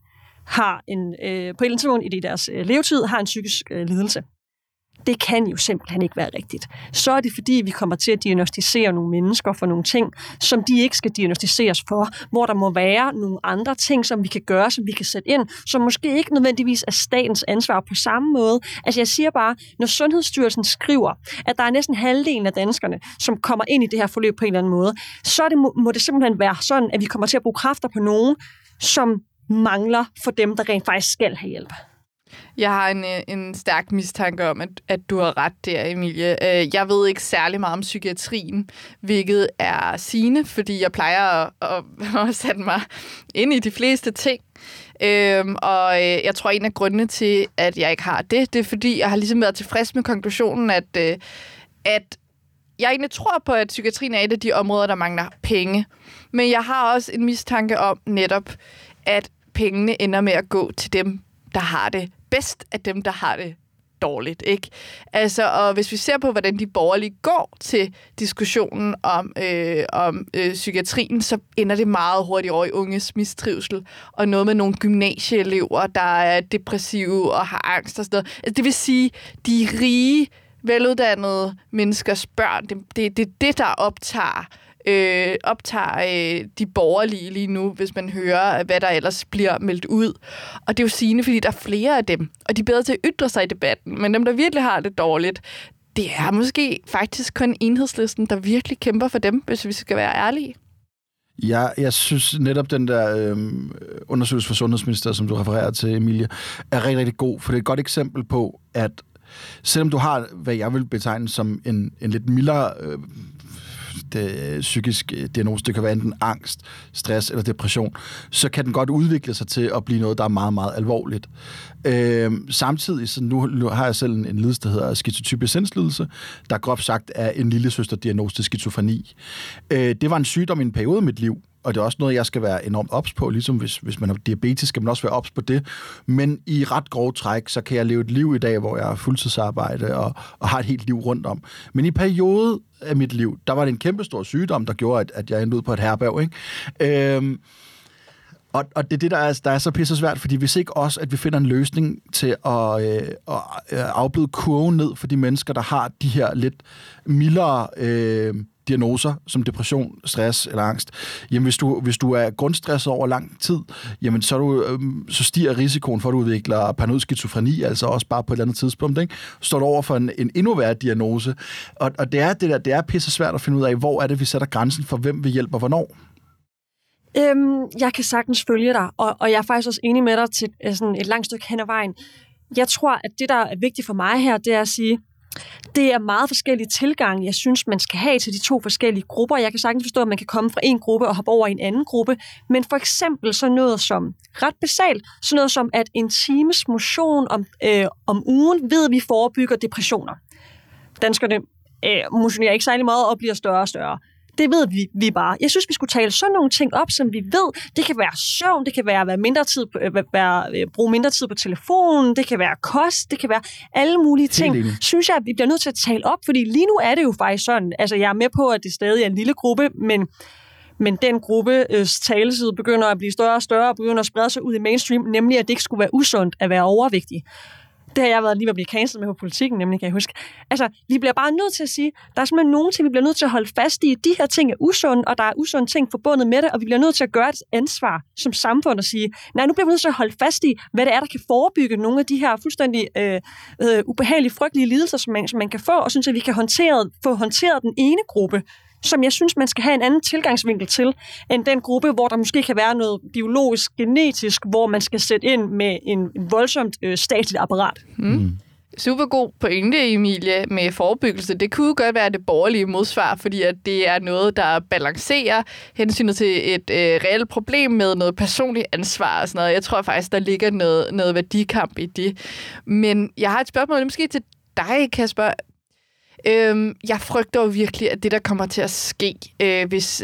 har på et eller andet tidspunkt i deres levetid har en psykisk lidelse. Det kan jo simpelthen ikke være rigtigt. Så er det fordi, vi kommer til at diagnostisere nogle mennesker for nogle ting, som de ikke skal diagnostiseres for, hvor der må være nogle andre ting, som vi kan gøre, som vi kan sætte ind, som måske ikke nødvendigvis er statens ansvar på samme måde. Altså jeg siger bare, når Sundhedsstyrelsen skriver, at der er næsten halvdelen af danskerne, som kommer ind i det her forløb på en eller anden måde, så må det simpelthen være sådan, at vi kommer til at bruge kræfter på nogen, som mangler for dem, der rent faktisk skal have hjælp. Jeg har en stærk mistanke om, at du har ret der, Emilie. Jeg ved ikke særlig meget om psykiatrien, hvilket er sigende, fordi jeg plejer at sætte mig ind i de fleste ting. Og jeg tror, en af grundene til, at jeg ikke har det er, fordi jeg har ligesom været tilfreds med konklusionen, at jeg egentlig tror på, at psykiatrien er et af de områder, der mangler penge. Men jeg har også en mistanke om netop, at pengene ender med at gå til dem, der har det bedst, af dem, der har det dårligt, ikke? Altså, og hvis vi ser på, hvordan de borgerlige går til diskussionen om psykiatrien, så ender det meget hurtigt over i unges mistrivsel, og noget med nogle gymnasieelever, der er depressive og har angst og sådan noget. Altså, det vil sige, de rige, veluddannede menneskers børn, det er det, der optager de borgerlige lige nu, hvis man hører, hvad der ellers bliver meldt ud. Og det er jo sigende, fordi der er flere af dem, og de er bedre til at ytre sig i debatten. Men dem, der virkelig har det dårligt, det er måske faktisk kun Enhedslisten, der virkelig kæmper for dem, hvis vi skal være ærlige. Ja, jeg synes netop den der undersøgelse for Sundhedsministeriet, som du refererer til, Emilie, er rigtig, rigtig god, for det er et godt eksempel på, at selvom du har, hvad jeg vil betegne som en lidt mildere psykisk diagnose, det kan være enten angst, stress eller depression, så kan den godt udvikle sig til at blive noget, der er meget, meget alvorligt. Samtidig, så nu har jeg selv en lidelse, der hedder skizotypisk sindslidelse, der groft sagt er en lillesøsterdiagnose til skizofreni. Det var en sygdom i en periode af mit liv, og det er også noget, jeg skal være enormt ops på, ligesom hvis man har diabetes, skal man også være ops på det. Men i ret grove træk, så kan jeg leve et liv i dag, hvor jeg har fuldtidsarbejde og har et helt liv rundt om. Men i periode af mit liv, der var det en kæmpestor sygdom, der gjorde, at jeg endte ud på et herberg, ikke? Og det er det, der er så pisse svært, fordi hvis ikke også, at vi finder en løsning til at afbøde kurven ned for de mennesker, der har de her lidt mildere diagnoser, som depression, stress eller angst, jamen hvis du er grundstresset over lang tid, jamen så stiger risikoen for, at du udvikler paranoid skizofreni, altså også bare på et eller andet tidspunkt, ikke? Så står du over for en endnu værre diagnose. Og det er pisse svært at finde ud af, hvor er det, vi sætter grænsen for, hvem vi hjælper hvornår. Jeg kan sagtens følge dig, og jeg er faktisk også enig med dig til sådan et langt stykke hen ad vejen. Jeg tror, at det, der er vigtigt for mig her, det er at sige, det er meget forskellige tilgange, jeg synes, man skal have til de to forskellige grupper. Jeg kan sagtens forstå, at man kan komme fra en gruppe og hoppe over i en anden gruppe, men for eksempel så noget som, ret basalt, så noget som, at en times motion om ugen ved, vi forebygger depressioner. Danskerne motionerer ikke særlig meget og bliver større og større. Det ved vi bare. Jeg synes, vi skulle tale sådan nogle ting op, som vi ved. Det kan være søvn, det kan være bruge mindre tid på telefonen, det kan være kost, det kan være alle mulige ting. Synes jeg, at vi bliver nødt til at tale op, fordi lige nu er det jo faktisk sådan. Altså, jeg er med på, at det stadig er en lille gruppe, men den gruppes taleside begynder at blive større og større og begynder at sprede sig ud i mainstream, nemlig at det ikke skulle være usundt at være overvægtig. Det har jeg været lige ved at blive cancelled med på politikken, nemlig, kan jeg huske. Altså, vi bliver bare nødt til at sige, der er simpelthen nogle ting, vi bliver nødt til at holde fast i. De her ting er usunde, og der er usunde ting forbundet med det, og vi bliver nødt til at gøre et ansvar som samfund og sige, nej, nu bliver vi nødt til at holde fast i, hvad det er, der kan forebygge nogle af de her fuldstændig ubehagelige, frygtelige lidelser, som man kan få, og synes, at vi kan få håndteret den ene gruppe, som jeg synes, man skal have en anden tilgangsvinkel til, end den gruppe, hvor der måske kan være noget biologisk, genetisk, hvor man skal sætte ind med en voldsomt statsligt apparat. Super god pointe, Emilie, med forebyggelse. Det kunne godt være det borgerlige modsvar, fordi at det er noget, der balancerer hensynet til et reelt problem med noget personligt ansvar og sådan noget. Jeg tror faktisk, der ligger noget værdikamp i det. Men jeg har et spørgsmål, måske til dig, Kasper. Jeg frygter jo virkelig, at det, der kommer til at ske, hvis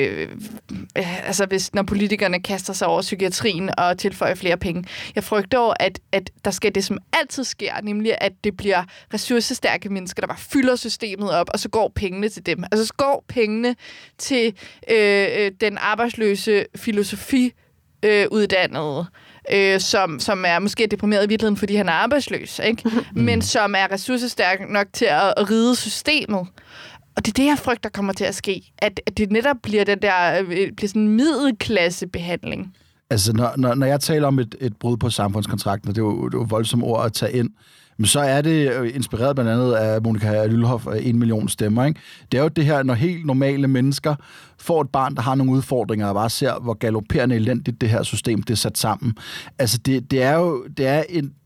når politikerne kaster sig over psykiatrien og tilføjer flere penge. Jeg frygter jo, at der sker det, som altid sker, nemlig at det bliver ressourcestærke mennesker, der bare fylder systemet op, og så går pengene til dem. Altså så går pengene til den arbejdsløse filosofiuddannede, som er måske deprimeret i virkeligheden, fordi han er arbejdsløs, ikke? Men som er ressourcestærk nok til at ride systemet. Og det er det, jeg frygter kommer til at ske. At det netop bliver bliver sådan en middelklassebehandling. Altså, når jeg taler om et brud på samfundskontrakten, og det er jo voldsomme ord at tage ind, men så er det inspireret blandt andet af Monika Lylhoff af 1 million stemmer. Ikke? Det er jo det her, når helt normale mennesker får et barn, der har nogle udfordringer, og bare ser, hvor galopperende elendigt det her system det er sat sammen. Altså, det er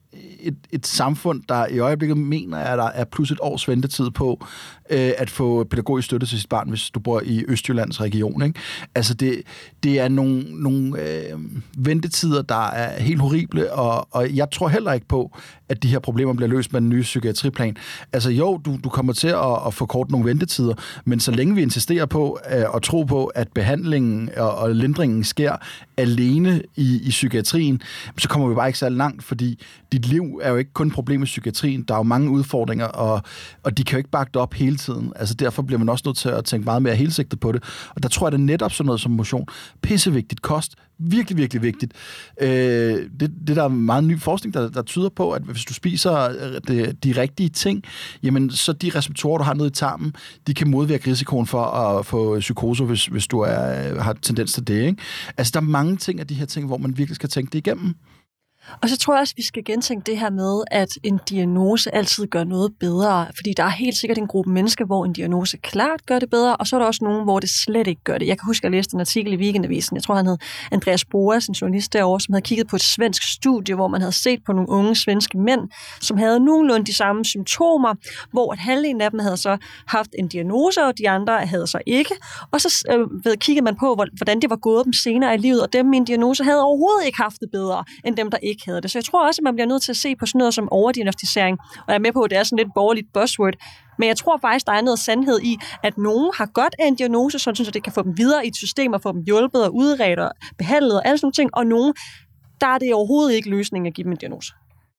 et samfund, der i øjeblikket mener, at der er plus et års ventetid på at få pædagogisk støtte til sit barn, hvis du bor i Østjyllands region. Ikke? Altså det er nogle ventetider, der er helt horrible, og jeg tror heller ikke på, at de her problemer bliver løst med den nye psykiatriplan. Altså jo, du kommer til at forkorte nogle ventetider, men så længe vi insisterer på og tro på, at behandlingen og lindringen sker alene i psykiatrien, så kommer vi bare ikke så langt, fordi dit liv er jo ikke kun et problem med psykiatrien. Der er jo mange udfordringer, og de kan jo ikke bakke det op hele tiden. Altså derfor bliver man også nødt til at tænke meget mere helsigtet på det. Og der tror jeg, det er netop sådan noget som motion. Pissevigtigt. Kost. Virkelig, virkelig vigtigt. Det der er meget ny forskning, der tyder på, at hvis du spiser de rigtige ting, jamen så de receptorer, du har nede i tarmen, de kan modvirke risikoen for at få psykose, hvis du har tendens til det. Ikke? Altså der er mange ting af de her ting, hvor man virkelig skal tænke det igennem. Og så tror jeg også, at vi skal gentænke det her med, at en diagnose altid gør noget bedre. Fordi der er helt sikkert en gruppe mennesker, hvor en diagnose klart gør det bedre, og så er der også nogen, hvor det slet ikke gør det. Jeg kan huske, at jeg læste en artikel i Weekendavisen. Jeg tror, han hed Andreas Boas, en journalist derovre, som havde kigget på et svensk studie, hvor man havde set på nogle unge svenske mænd, som havde nogenlunde de samme symptomer, hvor at halvdelen af dem havde så haft en diagnose, og de andre havde så ikke. Og så kiggede man på, hvordan det var gået dem senere i livet, og dem med en diagnose havde overhovedet ikke haft det bedre, end dem, der ikke havde det. Så jeg tror også, at man bliver nødt til at se på sådan noget som overdiagnostisering, og jeg er med på, at det er sådan lidt borgerligt buzzword, men jeg tror faktisk, der er noget sandhed i, at nogen har godt af en diagnose, så det kan få dem videre i et system og få dem hjulpet og udredt og behandlet og alle sådan nogle ting, og nogen, der er det overhovedet ikke løsningen at give dem en diagnose.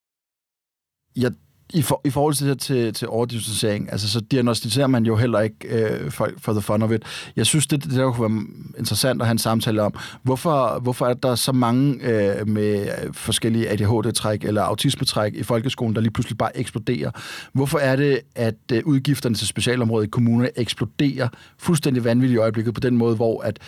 I forhold til overdiagnostisering, altså så diagnostiserer man jo heller ikke folk for the fun of it. Jeg synes, det der kunne være interessant at have en samtale om, hvorfor er der så mange med forskellige ADHD-træk eller autismetræk i folkeskolen, der lige pludselig bare eksploderer? Hvorfor er det, at udgifterne til specialområdet i kommunerne eksploderer fuldstændig vanvittigt i øjeblikket på den måde, hvor at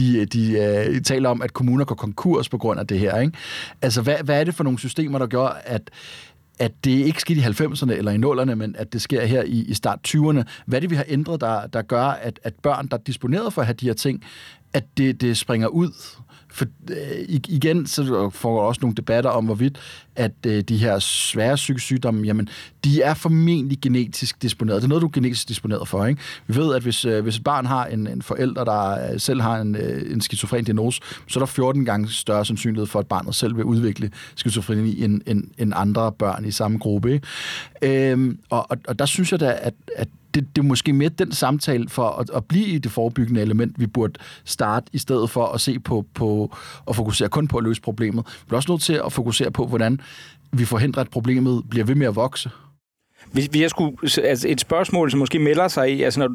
de taler om, at kommuner går konkurs på grund af det her, ikke? Altså, hvad er det for nogle systemer, der gør, at det ikke sker i 90'erne eller i 0'erne, men at det sker her i start 20'erne. Hvad er det, vi har ændret, der gør, at børn, der er disponeret for at have de her ting, at det springer ud? For igen, så får der også nogle debatter om, hvorvidt at de her svære psykiske sygdomme, jamen, de er formentlig genetisk disponeret. Det er noget, du er genetisk disponeret for, ikke? Vi ved, at hvis et barn har en forælder, der selv har en skizofren diagnose, så er der 14 gange større sandsynlighed for, at barnet selv vil udvikle skizofreni end andre børn i samme gruppe, ikke? Og der synes jeg da, at det er måske mere den samtale for at blive i det forebyggende element, vi burde starte, i stedet for at se på at fokusere kun på at løse problemet. Vi er også nødt til at fokusere på, hvordan vi forhindrer, at problemet bliver ved med at vokse. Hvis jeg skulle, altså et spørgsmål, som måske melder sig i, altså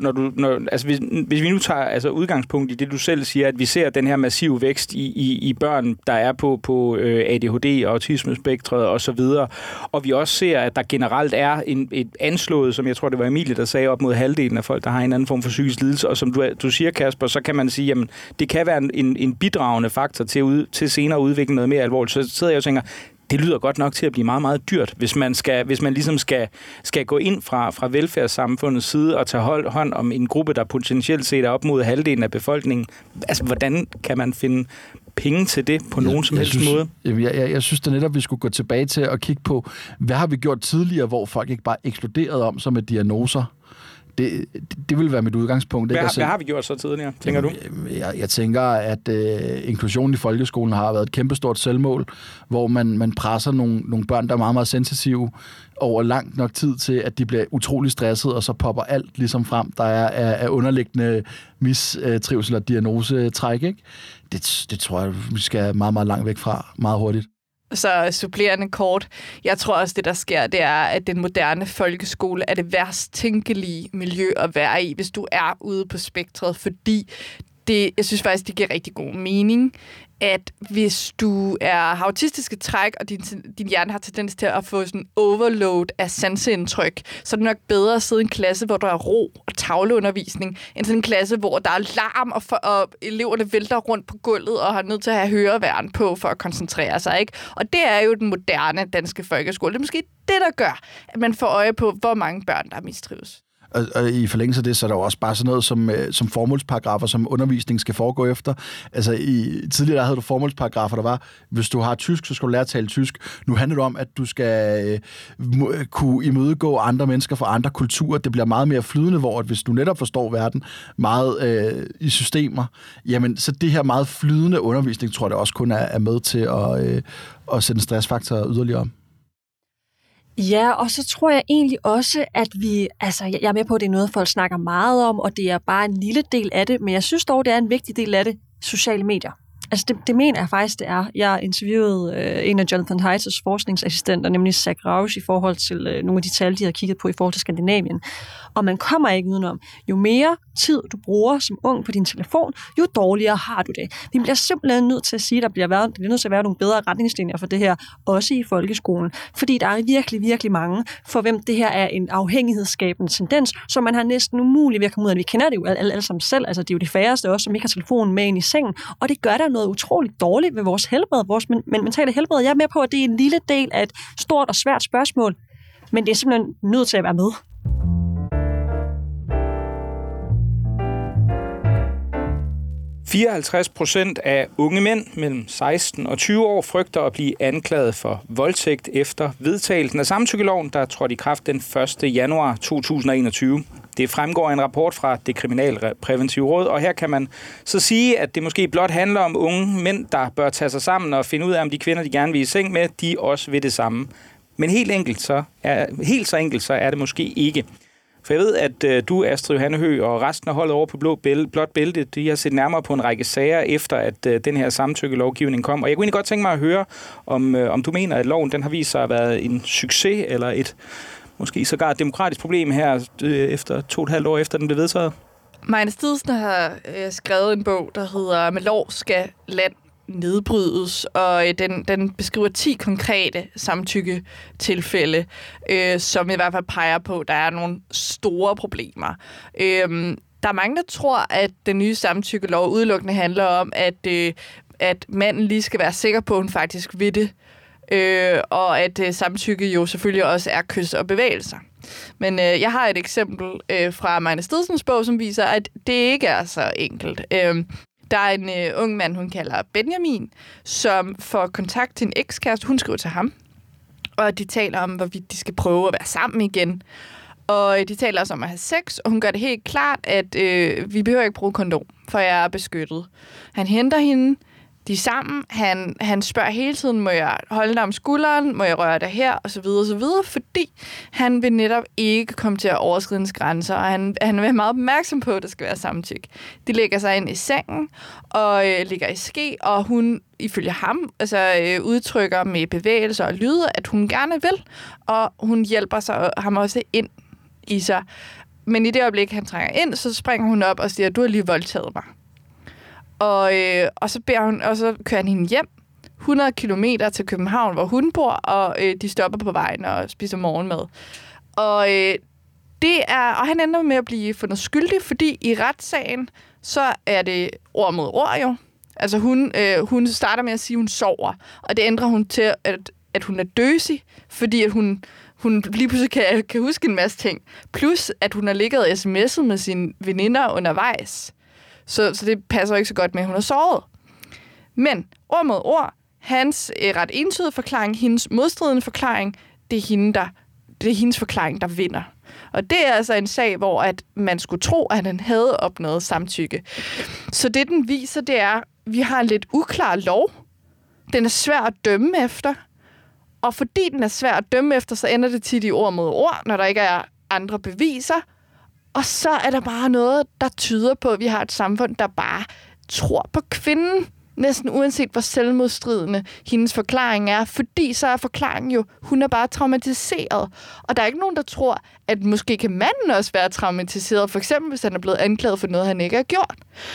hvis vi nu tager udgangspunkt i det, du selv siger, at vi ser den her massive vækst i børn, der er på ADHD og autismespektret og så videre, og vi også ser, at der generelt er et anslået, som jeg tror, det var Emilie, der sagde, op mod halvdelen af folk, der har en anden form for psykisk lidelse, og som du siger, Kasper, så kan man sige, jamen, det kan være en bidragende faktor til senere at udvikle noget mere alvorligt. Så sidder jeg og tænker, det lyder godt nok til at blive meget, meget dyrt, hvis man ligesom skal gå ind fra velfærdssamfundets side og tage hånd om en gruppe, der potentielt set er op mod halvdelen af befolkningen. Altså, hvordan kan man finde penge til det på nogen som helst måde? Jeg synes da netop, vi skulle gå tilbage til at kigge på, hvad har vi gjort tidligere, hvor folk ikke bare eksploderede om som med diagnoser? Det vil være mit udgangspunkt. Hvad har vi gjort så tidligere, tænker du? Jeg tænker, at inklusionen i folkeskolen har været et kæmpestort selvmål, hvor man presser nogle børn, der er meget, meget sensitive over langt nok tid til, at de bliver utrolig stresset, og så popper alt ligesom frem, der er underliggende mistrivsel og diagnosetræk, ikke? Det tror jeg, vi skal meget, meget langt væk fra, meget hurtigt. Så supplerende kort. Jeg tror også, det der sker, det er, at den moderne folkeskole er det værst tænkelige miljø at være i, hvis du er ude på spektret, fordi jeg synes faktisk, det giver rigtig god mening, at hvis du har autistiske træk, og din hjerne har tendens til at få sådan overload af sanseindtryk, så er det nok bedre at sidde i en klasse, hvor der er ro og tavleundervisning, end sådan en klasse, hvor der er larm, og eleverne vælter rundt på gulvet og har nødt til at have høreværn på for at koncentrere sig, ikke? Og det er jo den moderne danske folkeskole. Det er måske det, der gør, at man får øje på, hvor mange børn, der mistrives. Og i forlængelse af det, så er der jo også bare sådan noget som formålsparagrafer, som undervisning skal foregå efter. Altså tidligere havde du formålsparagrafer, der var, hvis du har tysk, så skal du lære at tale tysk. Nu handler det om, at du skal kunne imødegå andre mennesker fra andre kulturer. Det bliver meget mere flydende, hvor at hvis du netop forstår verden meget i systemer, jamen så det her meget flydende undervisning, tror jeg det også kun er med til at sætte en stressfaktor yderligere. Ja, og så tror jeg egentlig også, at jeg er med på, at det er noget, folk snakker meget om, og det er bare en lille del af det, men jeg synes dog, det er en vigtig del af det, sociale medier. Altså det mener jeg faktisk, det er. Jeg interviewede en af Jonathan Haidts forskningsassistenter, nemlig Zach Rausch, i forhold til nogle af de tal, de har kigget på i forhold til Skandinavien. Og man kommer ikke udenom. Jo mere tid du bruger som ung på din telefon, jo dårligere har du det. Vi bliver simpelthen nødt til at sige, at der bliver nødt til at være nogle bedre retningslinjer for det her, også i folkeskolen. Fordi der er virkelig, virkelig mange, for hvem det her er en afhængighedsskabende tendens, som man har næsten umuligt ved at komme ud af. Vi kender det jo alle sammen selv. Altså, det er jo de færreste også, som ikke har telefonen med ind i sengen. Og det gør der noget utroligt dårligt ved vores helbred, vores mentale helbred. Jeg er med på, at det er en lille del af et stort og svært spørgsmål, men det er simpelthen nødt til at være med. %54 af unge mænd mellem 16 og 20 år frygter at blive anklaget for voldtægt efter vedtagelsen af samtykkeloven, der trådte i kraft den 1. januar 2021. Det fremgår af en rapport fra Det Kriminalpræventive Råd, og her kan man så sige, at det måske blot handler om unge mænd, der bør tage sig sammen og finde ud af, om de kvinder, de gerne vil i seng med, de også vil det samme. Men helt så enkelt så er det måske ikke. For jeg ved, at du, Astrid Johanne Høgh, og resten af holdet over på Blåt Bælte, de har set nærmere på en række sager efter, at den her samtykkelovgivning kom. Og jeg kunne egentlig godt tænke mig at høre, om du mener, at loven den har vist sig at være en succes, eller et måske sågar et demokratisk problem her, efter 2,5 år efter den blev vedtaget? Marianne Stidsen har skrevet en bog, der hedder Med lov skal land nedbrydes, og den beskriver 10 konkrete samtykketilfælde, som i hvert fald peger på, at der er nogle store problemer. Der er mange, der tror, at den nye samtykkelov udelukkende handler om, at manden lige skal være sikker på, at hun faktisk vil det, og at samtykke jo selvfølgelig også er kys og bevægelser. Men jeg har et eksempel fra Marianne Stidsens bog, som viser, at det ikke er så enkelt. Der er en ung mand, hun kalder Benjamin, som får kontakt til en ekskæreste. Hun skriver til ham, og de taler om, hvorvidt de skal prøve at være sammen igen. Og de taler også om at have sex, og hun gør det helt klart, at vi behøver ikke bruge kondom, for jeg er beskyttet. Han henter hende, de er sammen. Han spørger hele tiden, må jeg holde dig om skulderen, må jeg røre dig her, og så videre, fordi han vil netop ikke komme til at overskride hans grænser, og han er meget opmærksom på, at der skal være samtykke. De lægger sig ind i sengen og ligger i ske, og hun, ifølge ham, udtrykker med bevægelser og lyde, at hun gerne vil, og hun hjælper ham også ind i sig. Men i det øjeblik, han trænger ind, så springer hun op og siger, du har lige voldtaget mig. Og så kører han hende hjem 100 kilometer til København, hvor hun bor, og de stopper på vejen og spiser morgenmad. Og han ender med at blive fundet skyldig, fordi i retssagen, så er det ord mod ord jo. Altså hun starter med at sige, at hun sover, og det ændrer hun til, at hun er døsig, fordi at hun lige pludselig kan huske en masse ting. Plus, at hun har ligget og sms'et med sine veninder undervejs. Så det passer ikke så godt med, at hun har sovet. Men ord mod ord, hans ret entydige forklaring, hendes modstridende forklaring, det er hendes forklaring, der vinder. Og det er altså en sag, hvor at man skulle tro, at han havde opnået samtykke. Så det, den viser, det er, at vi har en lidt uklar lov. Den er svær at dømme efter. Og fordi den er svær at dømme efter, så ender det tit i ord mod ord, når der ikke er andre beviser. Og så er der bare noget, der tyder på, at vi har et samfund, der bare tror på kvinden, næsten uanset hvor selvmodstridende hendes forklaring er. Fordi så er forklaringen jo, hun er bare traumatiseret. Og der er ikke nogen, der tror, at måske kan manden også være traumatiseret, for eksempel hvis han er blevet anklaget for noget, han ikke har gjort.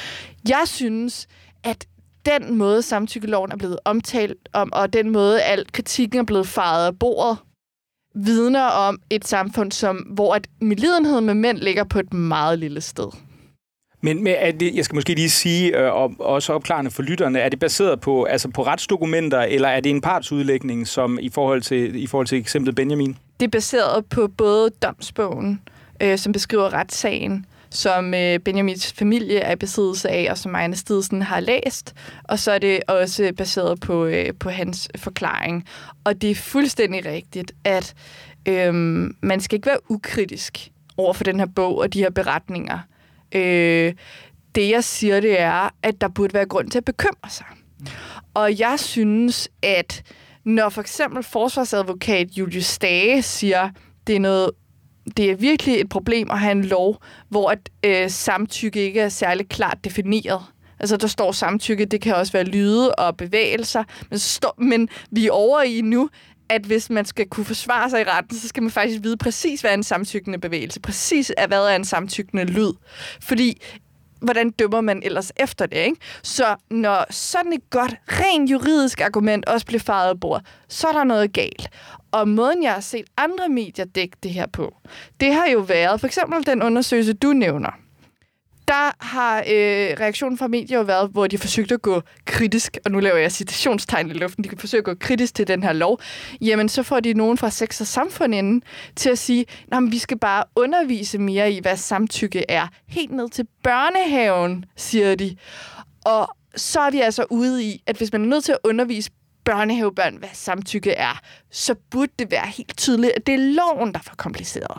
Jeg synes, at den måde, samtykkeloven er blevet omtalt om, og den måde, al kritikken er blevet fejet af bordet, vidner om et samfund, hvor at medlidenhed med mænd ligger på et meget lille sted. Men jeg skal måske lige sige, og også opklarende for lytterne, er det baseret på, på retsdokumenter, eller er det en partsudlægning, som i forhold til eksemplet Benjamin? Det er baseret på både domsbogen, som beskriver retssagen, som Benjamins familie er i besiddelse af, og som Marianne Stidsen har læst. Og så er det også baseret på hans forklaring. Og det er fuldstændig rigtigt, at man skal ikke være ukritisk over for den her bog og de her beretninger. Det, jeg siger, det er, at der burde være grund til at bekymre sig. Og jeg synes, at når for eksempel forsvarsadvokat Julius Stage siger, det er virkelig et problem at have en lov, hvor samtykke ikke er særlig klart defineret. Altså, der står samtykke, det kan også være lyde og bevægelser, men vi er over i nu, at hvis man skal kunne forsvare sig i retten, så skal man faktisk vide præcis, hvad er en samtykkende bevægelse, præcis hvad er en samtykkende lyd. Fordi, hvordan dømmer man ellers efter det, ikke? Så når sådan et godt, rent juridisk argument også bliver fejet af bordet, så er der noget galt. Og måden, jeg har set andre medier dække det her på, det har jo været, for eksempel den undersøgelse, du nævner. Der har reaktionen fra medier jo været, hvor de forsøgte at gå kritisk, og nu laver jeg citationstegn i luften, de kan forsøge at gå kritisk til den her lov, jamen så får de nogen fra Sex og Samfund inden til at sige, at vi skal bare undervise mere i, hvad samtykke er. Helt ned til børnehaven, siger de. Og så er vi altså ude i, at hvis man er nødt til at undervise børnehavebørn, hvad samtykke er, så burde det være helt tydeligt, at det er loven, der er for kompliceret.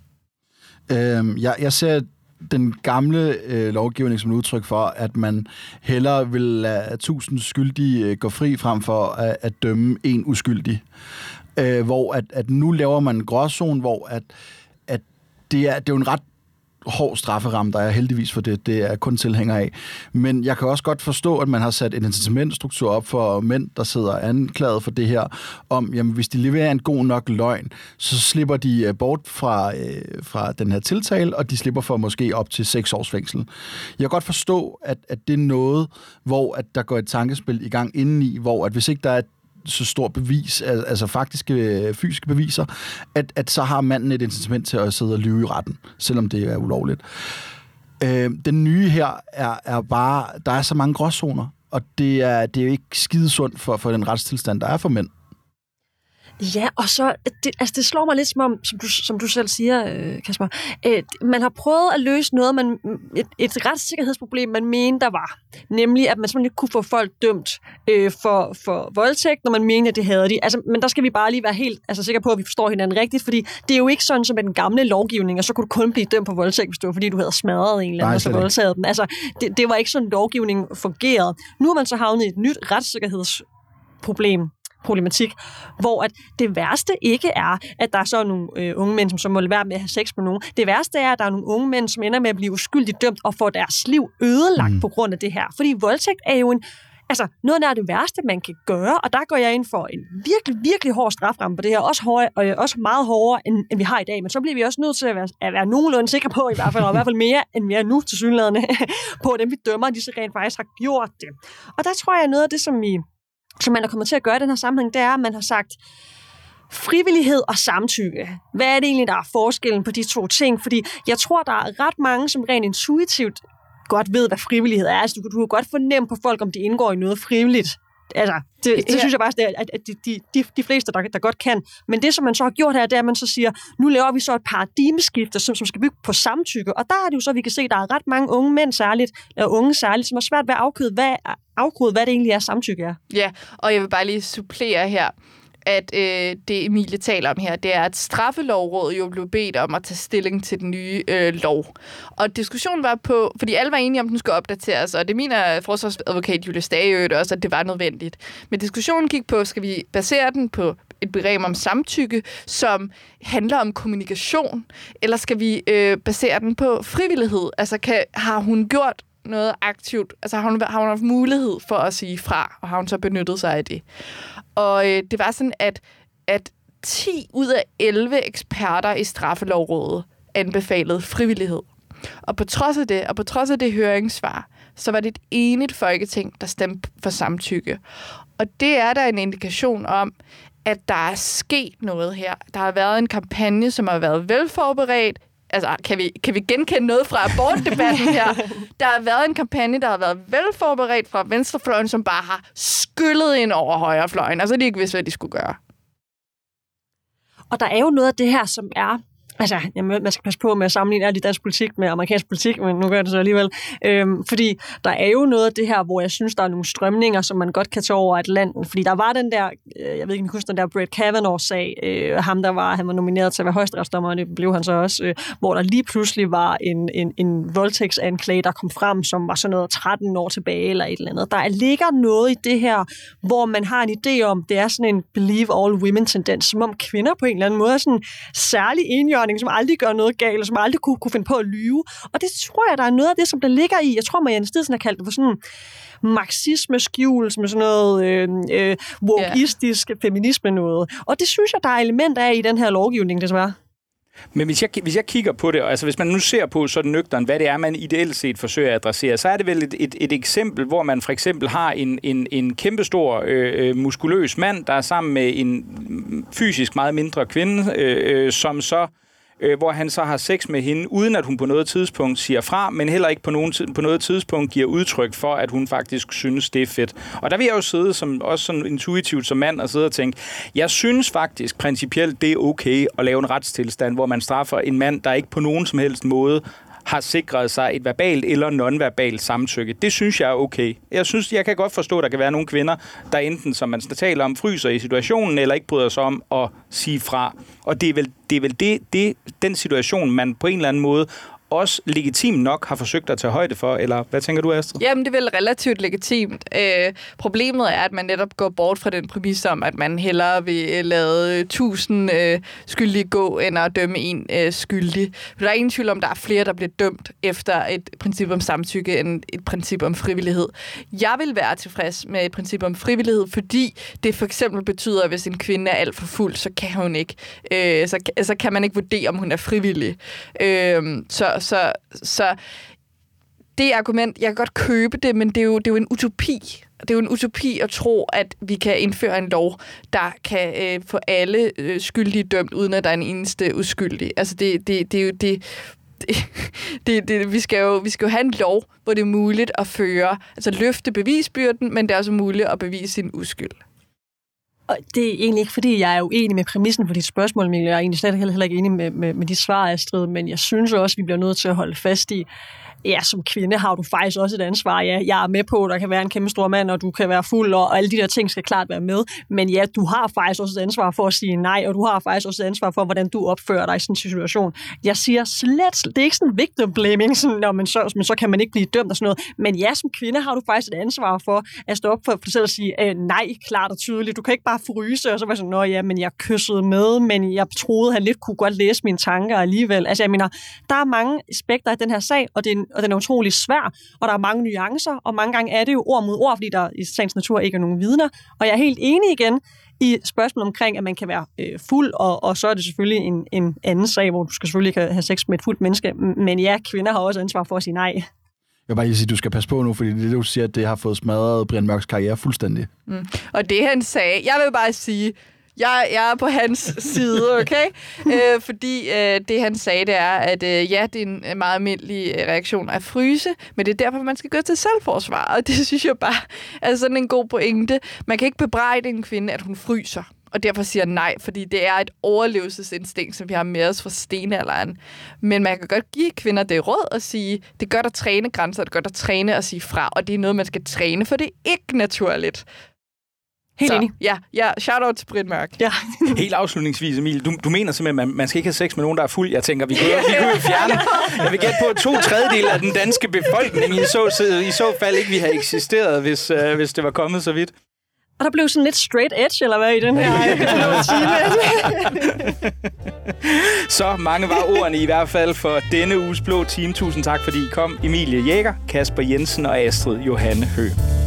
Jeg ser den gamle lovgivning som et udtryk for, at man hellere vil lade 1000 skyldige gå fri frem for at dømme en uskyldig. Hvor at nu laver man en gråzone, hvor at det er jo en ret hård strafferamme, der er heldigvis for det. Det er kun tilhænger af. Men jeg kan også godt forstå, at man har sat en incitamentstruktur op for mænd, der sidder anklaget for det her, om, jamen, hvis de leverer en god nok løgn, så slipper de bort fra den her tiltale, og de slipper for måske op til 6 års fængsel. Jeg kan godt forstå, at det er noget, hvor at der går et tankespil i gang indeni, hvor at hvis ikke der er så stor bevis, altså faktiske fysiske beviser, at så har manden et incitament til at sidde og lyve i retten, selvom det er ulovligt. Den nye her er bare, der er så mange gråzoner, og det er jo ikke skidesundt for den retstilstand, der er for mænd. Ja, og så, det slår mig lidt som om, som du selv siger, Kasper, man har prøvet at løse noget, et retssikkerhedsproblem, man mente, der var. Nemlig, at man simpelthen ikke kunne få folk dømt for voldtægt, når man mente, at det havde de. Altså, men der skal vi bare lige være helt sikre på, at vi forstår hinanden rigtigt, fordi det er jo ikke sådan som med den gamle lovgivning, og så kunne du kun blive dømt for voldtægt, hvis det var, fordi du havde smadret en eller anden, og så voldtaget den. Altså, det var ikke sådan, lovgivningen fungerede. Nu er man så havnet i et nyt retssikkerhedsproblematik, hvor at det værste ikke er, at der er så nogle unge mænd, som må lade være med at have sex med nogen. Det værste er, at der er nogle unge mænd, som ender med at blive uskyldigt dømt og få deres liv ødelagt på grund af det her. Fordi voldtægt er jo noget af det værste, man kan gøre, og der går jeg ind for en virkelig, virkelig hård straframme på det her, også meget hårdere, end vi har i dag, men så bliver vi også nødt til at være nogenlunde sikre på, i hvert fald mere, end vi er nu tilsyneladende, på dem vi dømmer, de så rent faktisk har gjort det. Og der tror jeg, noget af det, som man er kommet til at gøre i den her sammenhæng, det er, at man har sagt frivillighed og samtykke. Hvad er det egentlig, der er forskellen på de to ting? Fordi jeg tror, der er ret mange, som rent intuitivt godt ved, hvad frivillighed er. Altså, du kan godt fornemme på folk, om de indgår i noget frivilligt. Altså, det synes jeg bare, at de fleste, der godt kan. Men det, som man så har gjort her, det er, at man så siger, nu laver vi så et paradigmeskifte, som skal bygge på samtykke. Og der er det jo så, vi kan se, at der er ret mange unge mænd særligt, som har svært ved at afkode, hvad det egentlig er, samtykke er. Ja, og jeg vil bare lige supplere her, at det Emilie taler om her, det er, at straffelovrådet jo blev bedt om at tage stilling til den nye lov. Og diskussionen var på, fordi alle var enige om, at den skulle opdateres, og det mener forsvarsadvokat Julius Stage også, at det var nødvendigt. Men diskussionen gik på, skal vi basere den på et begreb om samtykke, som handler om kommunikation, eller skal vi basere den på frivillighed? Altså, har hun gjort noget aktivt? Altså, har hun haft mulighed for at sige fra, og har hun så benyttet sig af det? Og det var sådan, at 10 ud af 11 eksperter i straffelovrådet anbefalede frivillighed. Og på trods af det, høringssvar, så var det et enigt folketing, der stemte for samtykke. Og det er der en indikation om, at der er sket noget her. Der har været en kampagne, som har været velforberedt. Altså, kan vi genkende noget fra abortdebatten her? Der har været en kampagne, der har været velforberedt fra venstrefløjen, som bare har skyllet ind over højrefløjen. Altså, de ikke vidste, hvad de skulle gøre. Og der er jo noget af det her, som er... Altså, man skal passe på med at sammenligne alt i dansk politik med amerikansk politik, men nu gør jeg det så alligevel. Fordi der er jo noget af det her, hvor jeg synes, der er nogle strømninger, som man godt kan tage over Atlanten. Fordi der var den der, jeg ved ikke, huske den der Brett Kavanaugh-sag, han var nomineret til at være højesteretsdommer, og det blev han så også, hvor der lige pludselig var en voldtægtsanklage, der kom frem, som var sådan noget 13 år tilbage eller et eller andet. Der ligger noget i det her, hvor man har en idé om, det er sådan en believe all women-tendens, som om kvinder på en eller anden måde er sådan særlig enhjørning, som aldrig gør noget galt, og som aldrig kunne finde på at lyve. Og det tror jeg, der er noget af det, som der ligger i. Jeg tror, Marianne Stidsen har kaldt det for sådan marxisme skjuls med sådan noget wokeistisk feminisme noget. Og det synes jeg, der er elementer af i den her lovgivning, desværre. Men hvis jeg kigger på det, altså hvis man nu ser på sådan nøgteren, hvad det er, man ideelt set forsøger at adressere, så er det vel et eksempel, hvor man for eksempel har en kæmpestor muskuløs mand, der er sammen med en fysisk meget mindre kvinde, som så hvor han så har sex med hende, uden at hun på noget tidspunkt siger fra, men heller ikke på noget tidspunkt giver udtryk for, at hun faktisk synes, det er fedt. Og der vil jeg jo sidde også sådan intuitivt som mand og sidde og tænke, jeg synes faktisk principielt, det er okay at lave en retstilstand, hvor man straffer en mand, der ikke på nogen som helst måde har sikret sig et verbalt eller nonverbalt samtykke. Det synes jeg er okay. Jeg kan godt forstå, at der kan være nogle kvinder, der enten, som man taler om, fryser i situationen, eller ikke bryder sig om at sige fra. Og det er vel den situation, man på en eller anden måde også legitimt nok har forsøgt at tage højde for, eller hvad tænker du, Astrid? Jamen, det er vel relativt legitimt. Problemet er, at man netop går bort fra den præmis om, at man hellere vil lade 1000 skyldige gå, end at dømme en skyldig. Der er ingen tvivl om, der er flere, der bliver dømt efter et princip om samtykke, end et princip om frivillighed. Jeg vil være tilfreds med et princip om frivillighed, fordi det for eksempel betyder, at hvis en kvinde er alt for fuld, så kan hun ikke, så kan man ikke vurdere, om hun er frivillig. Så det argument, jeg kan godt købe det, men det er jo en utopi. Det er jo en utopi at tro, at vi kan indføre en lov, der kan få alle skyldige dømt, uden at der er en eneste uskyldig. Altså det er jo det. Vi skal jo have en lov, hvor det er muligt at løfte bevisbyrden, men det er også muligt at bevise sin uskyld. Og det er egentlig ikke, fordi jeg er uenig med præmissen for dit spørgsmål, Mikkel. Jeg er egentlig slet heller ikke enig med de svar, Astrid, men jeg synes også, vi bliver nødt til at holde fast i, ja, som kvinde har du faktisk også et ansvar. Ja, jeg er med på, at der kan være en kæmpe stor mand, og du kan være fuld, og alle de der ting skal klart være med. Men ja, du har faktisk også et ansvar for at sige nej, og du har faktisk også et ansvar for, hvordan du opfører dig i sådan en situation. Jeg siger slet, det er ikke sådan victim blaming, sådan, men så kan man ikke blive dømt og sådan noget. Men ja, som kvinde har du faktisk et ansvar for at stå op for dig selv og sige nej, klart og tydeligt. Du kan ikke bare fryse, og så være sådan, ja, men jeg kyssede med, men jeg troede, han lidt kunne godt læse mine tanker alligevel. Altså, jeg mener, der er mange aspekter i den her sag, og den er utrolig svær, og der er mange nuancer, og mange gange er det jo ord mod ord, fordi der i sagens natur ikke er nogen vidner. Og jeg er helt enig igen i spørgsmålet omkring, at man kan være fuld, og så er det selvfølgelig en anden sag, hvor du skal selvfølgelig ikke have sex med et fuldt menneske, men ja, kvinder har også ansvar for at sige nej. Jeg vil bare lige sige, at du skal passe på nu, fordi det du siger, at det har fået smadret Brian Mørks karriere fuldstændig. Og det han sagde, jeg vil bare sige, jeg er på hans side, okay? Fordi det, han sagde, det er, at ja, det er en meget almindelig reaktion at fryse, men det er derfor, man skal gå til selvforsvar, og det synes jeg bare er sådan en god pointe. Man kan ikke bebrejde en kvinde, at hun fryser, og derfor siger nej, fordi det er et overlevelsesinstinkt, som vi har med os fra stenalderen. Men man kan godt give kvinder det råd at sige, det gør at træne grænser, det gør at træne at sige fra, og det er noget, man skal træne, for det er ikke naturligt. Helt enig. Ja, shout-out til Britt Mørk. Ja. Helt afslutningsvis, Emil, du mener simpelthen, at man skal ikke have sex med nogen, der er fuld. Jeg tænker, vi kunne jo fjerne. Jeg vil gætte på, at 2/3 af den danske befolkning i så fald ikke ville have eksisteret, hvis det var kommet så vidt. Og der blev sådan lidt straight edge, eller hvad, i den her time. Så mange var ordene i hvert fald for denne uges Blå Time. Tusind tak, fordi I kom. Emilie Jæger, Kasper Jensen og Astrid Johanne Høgh.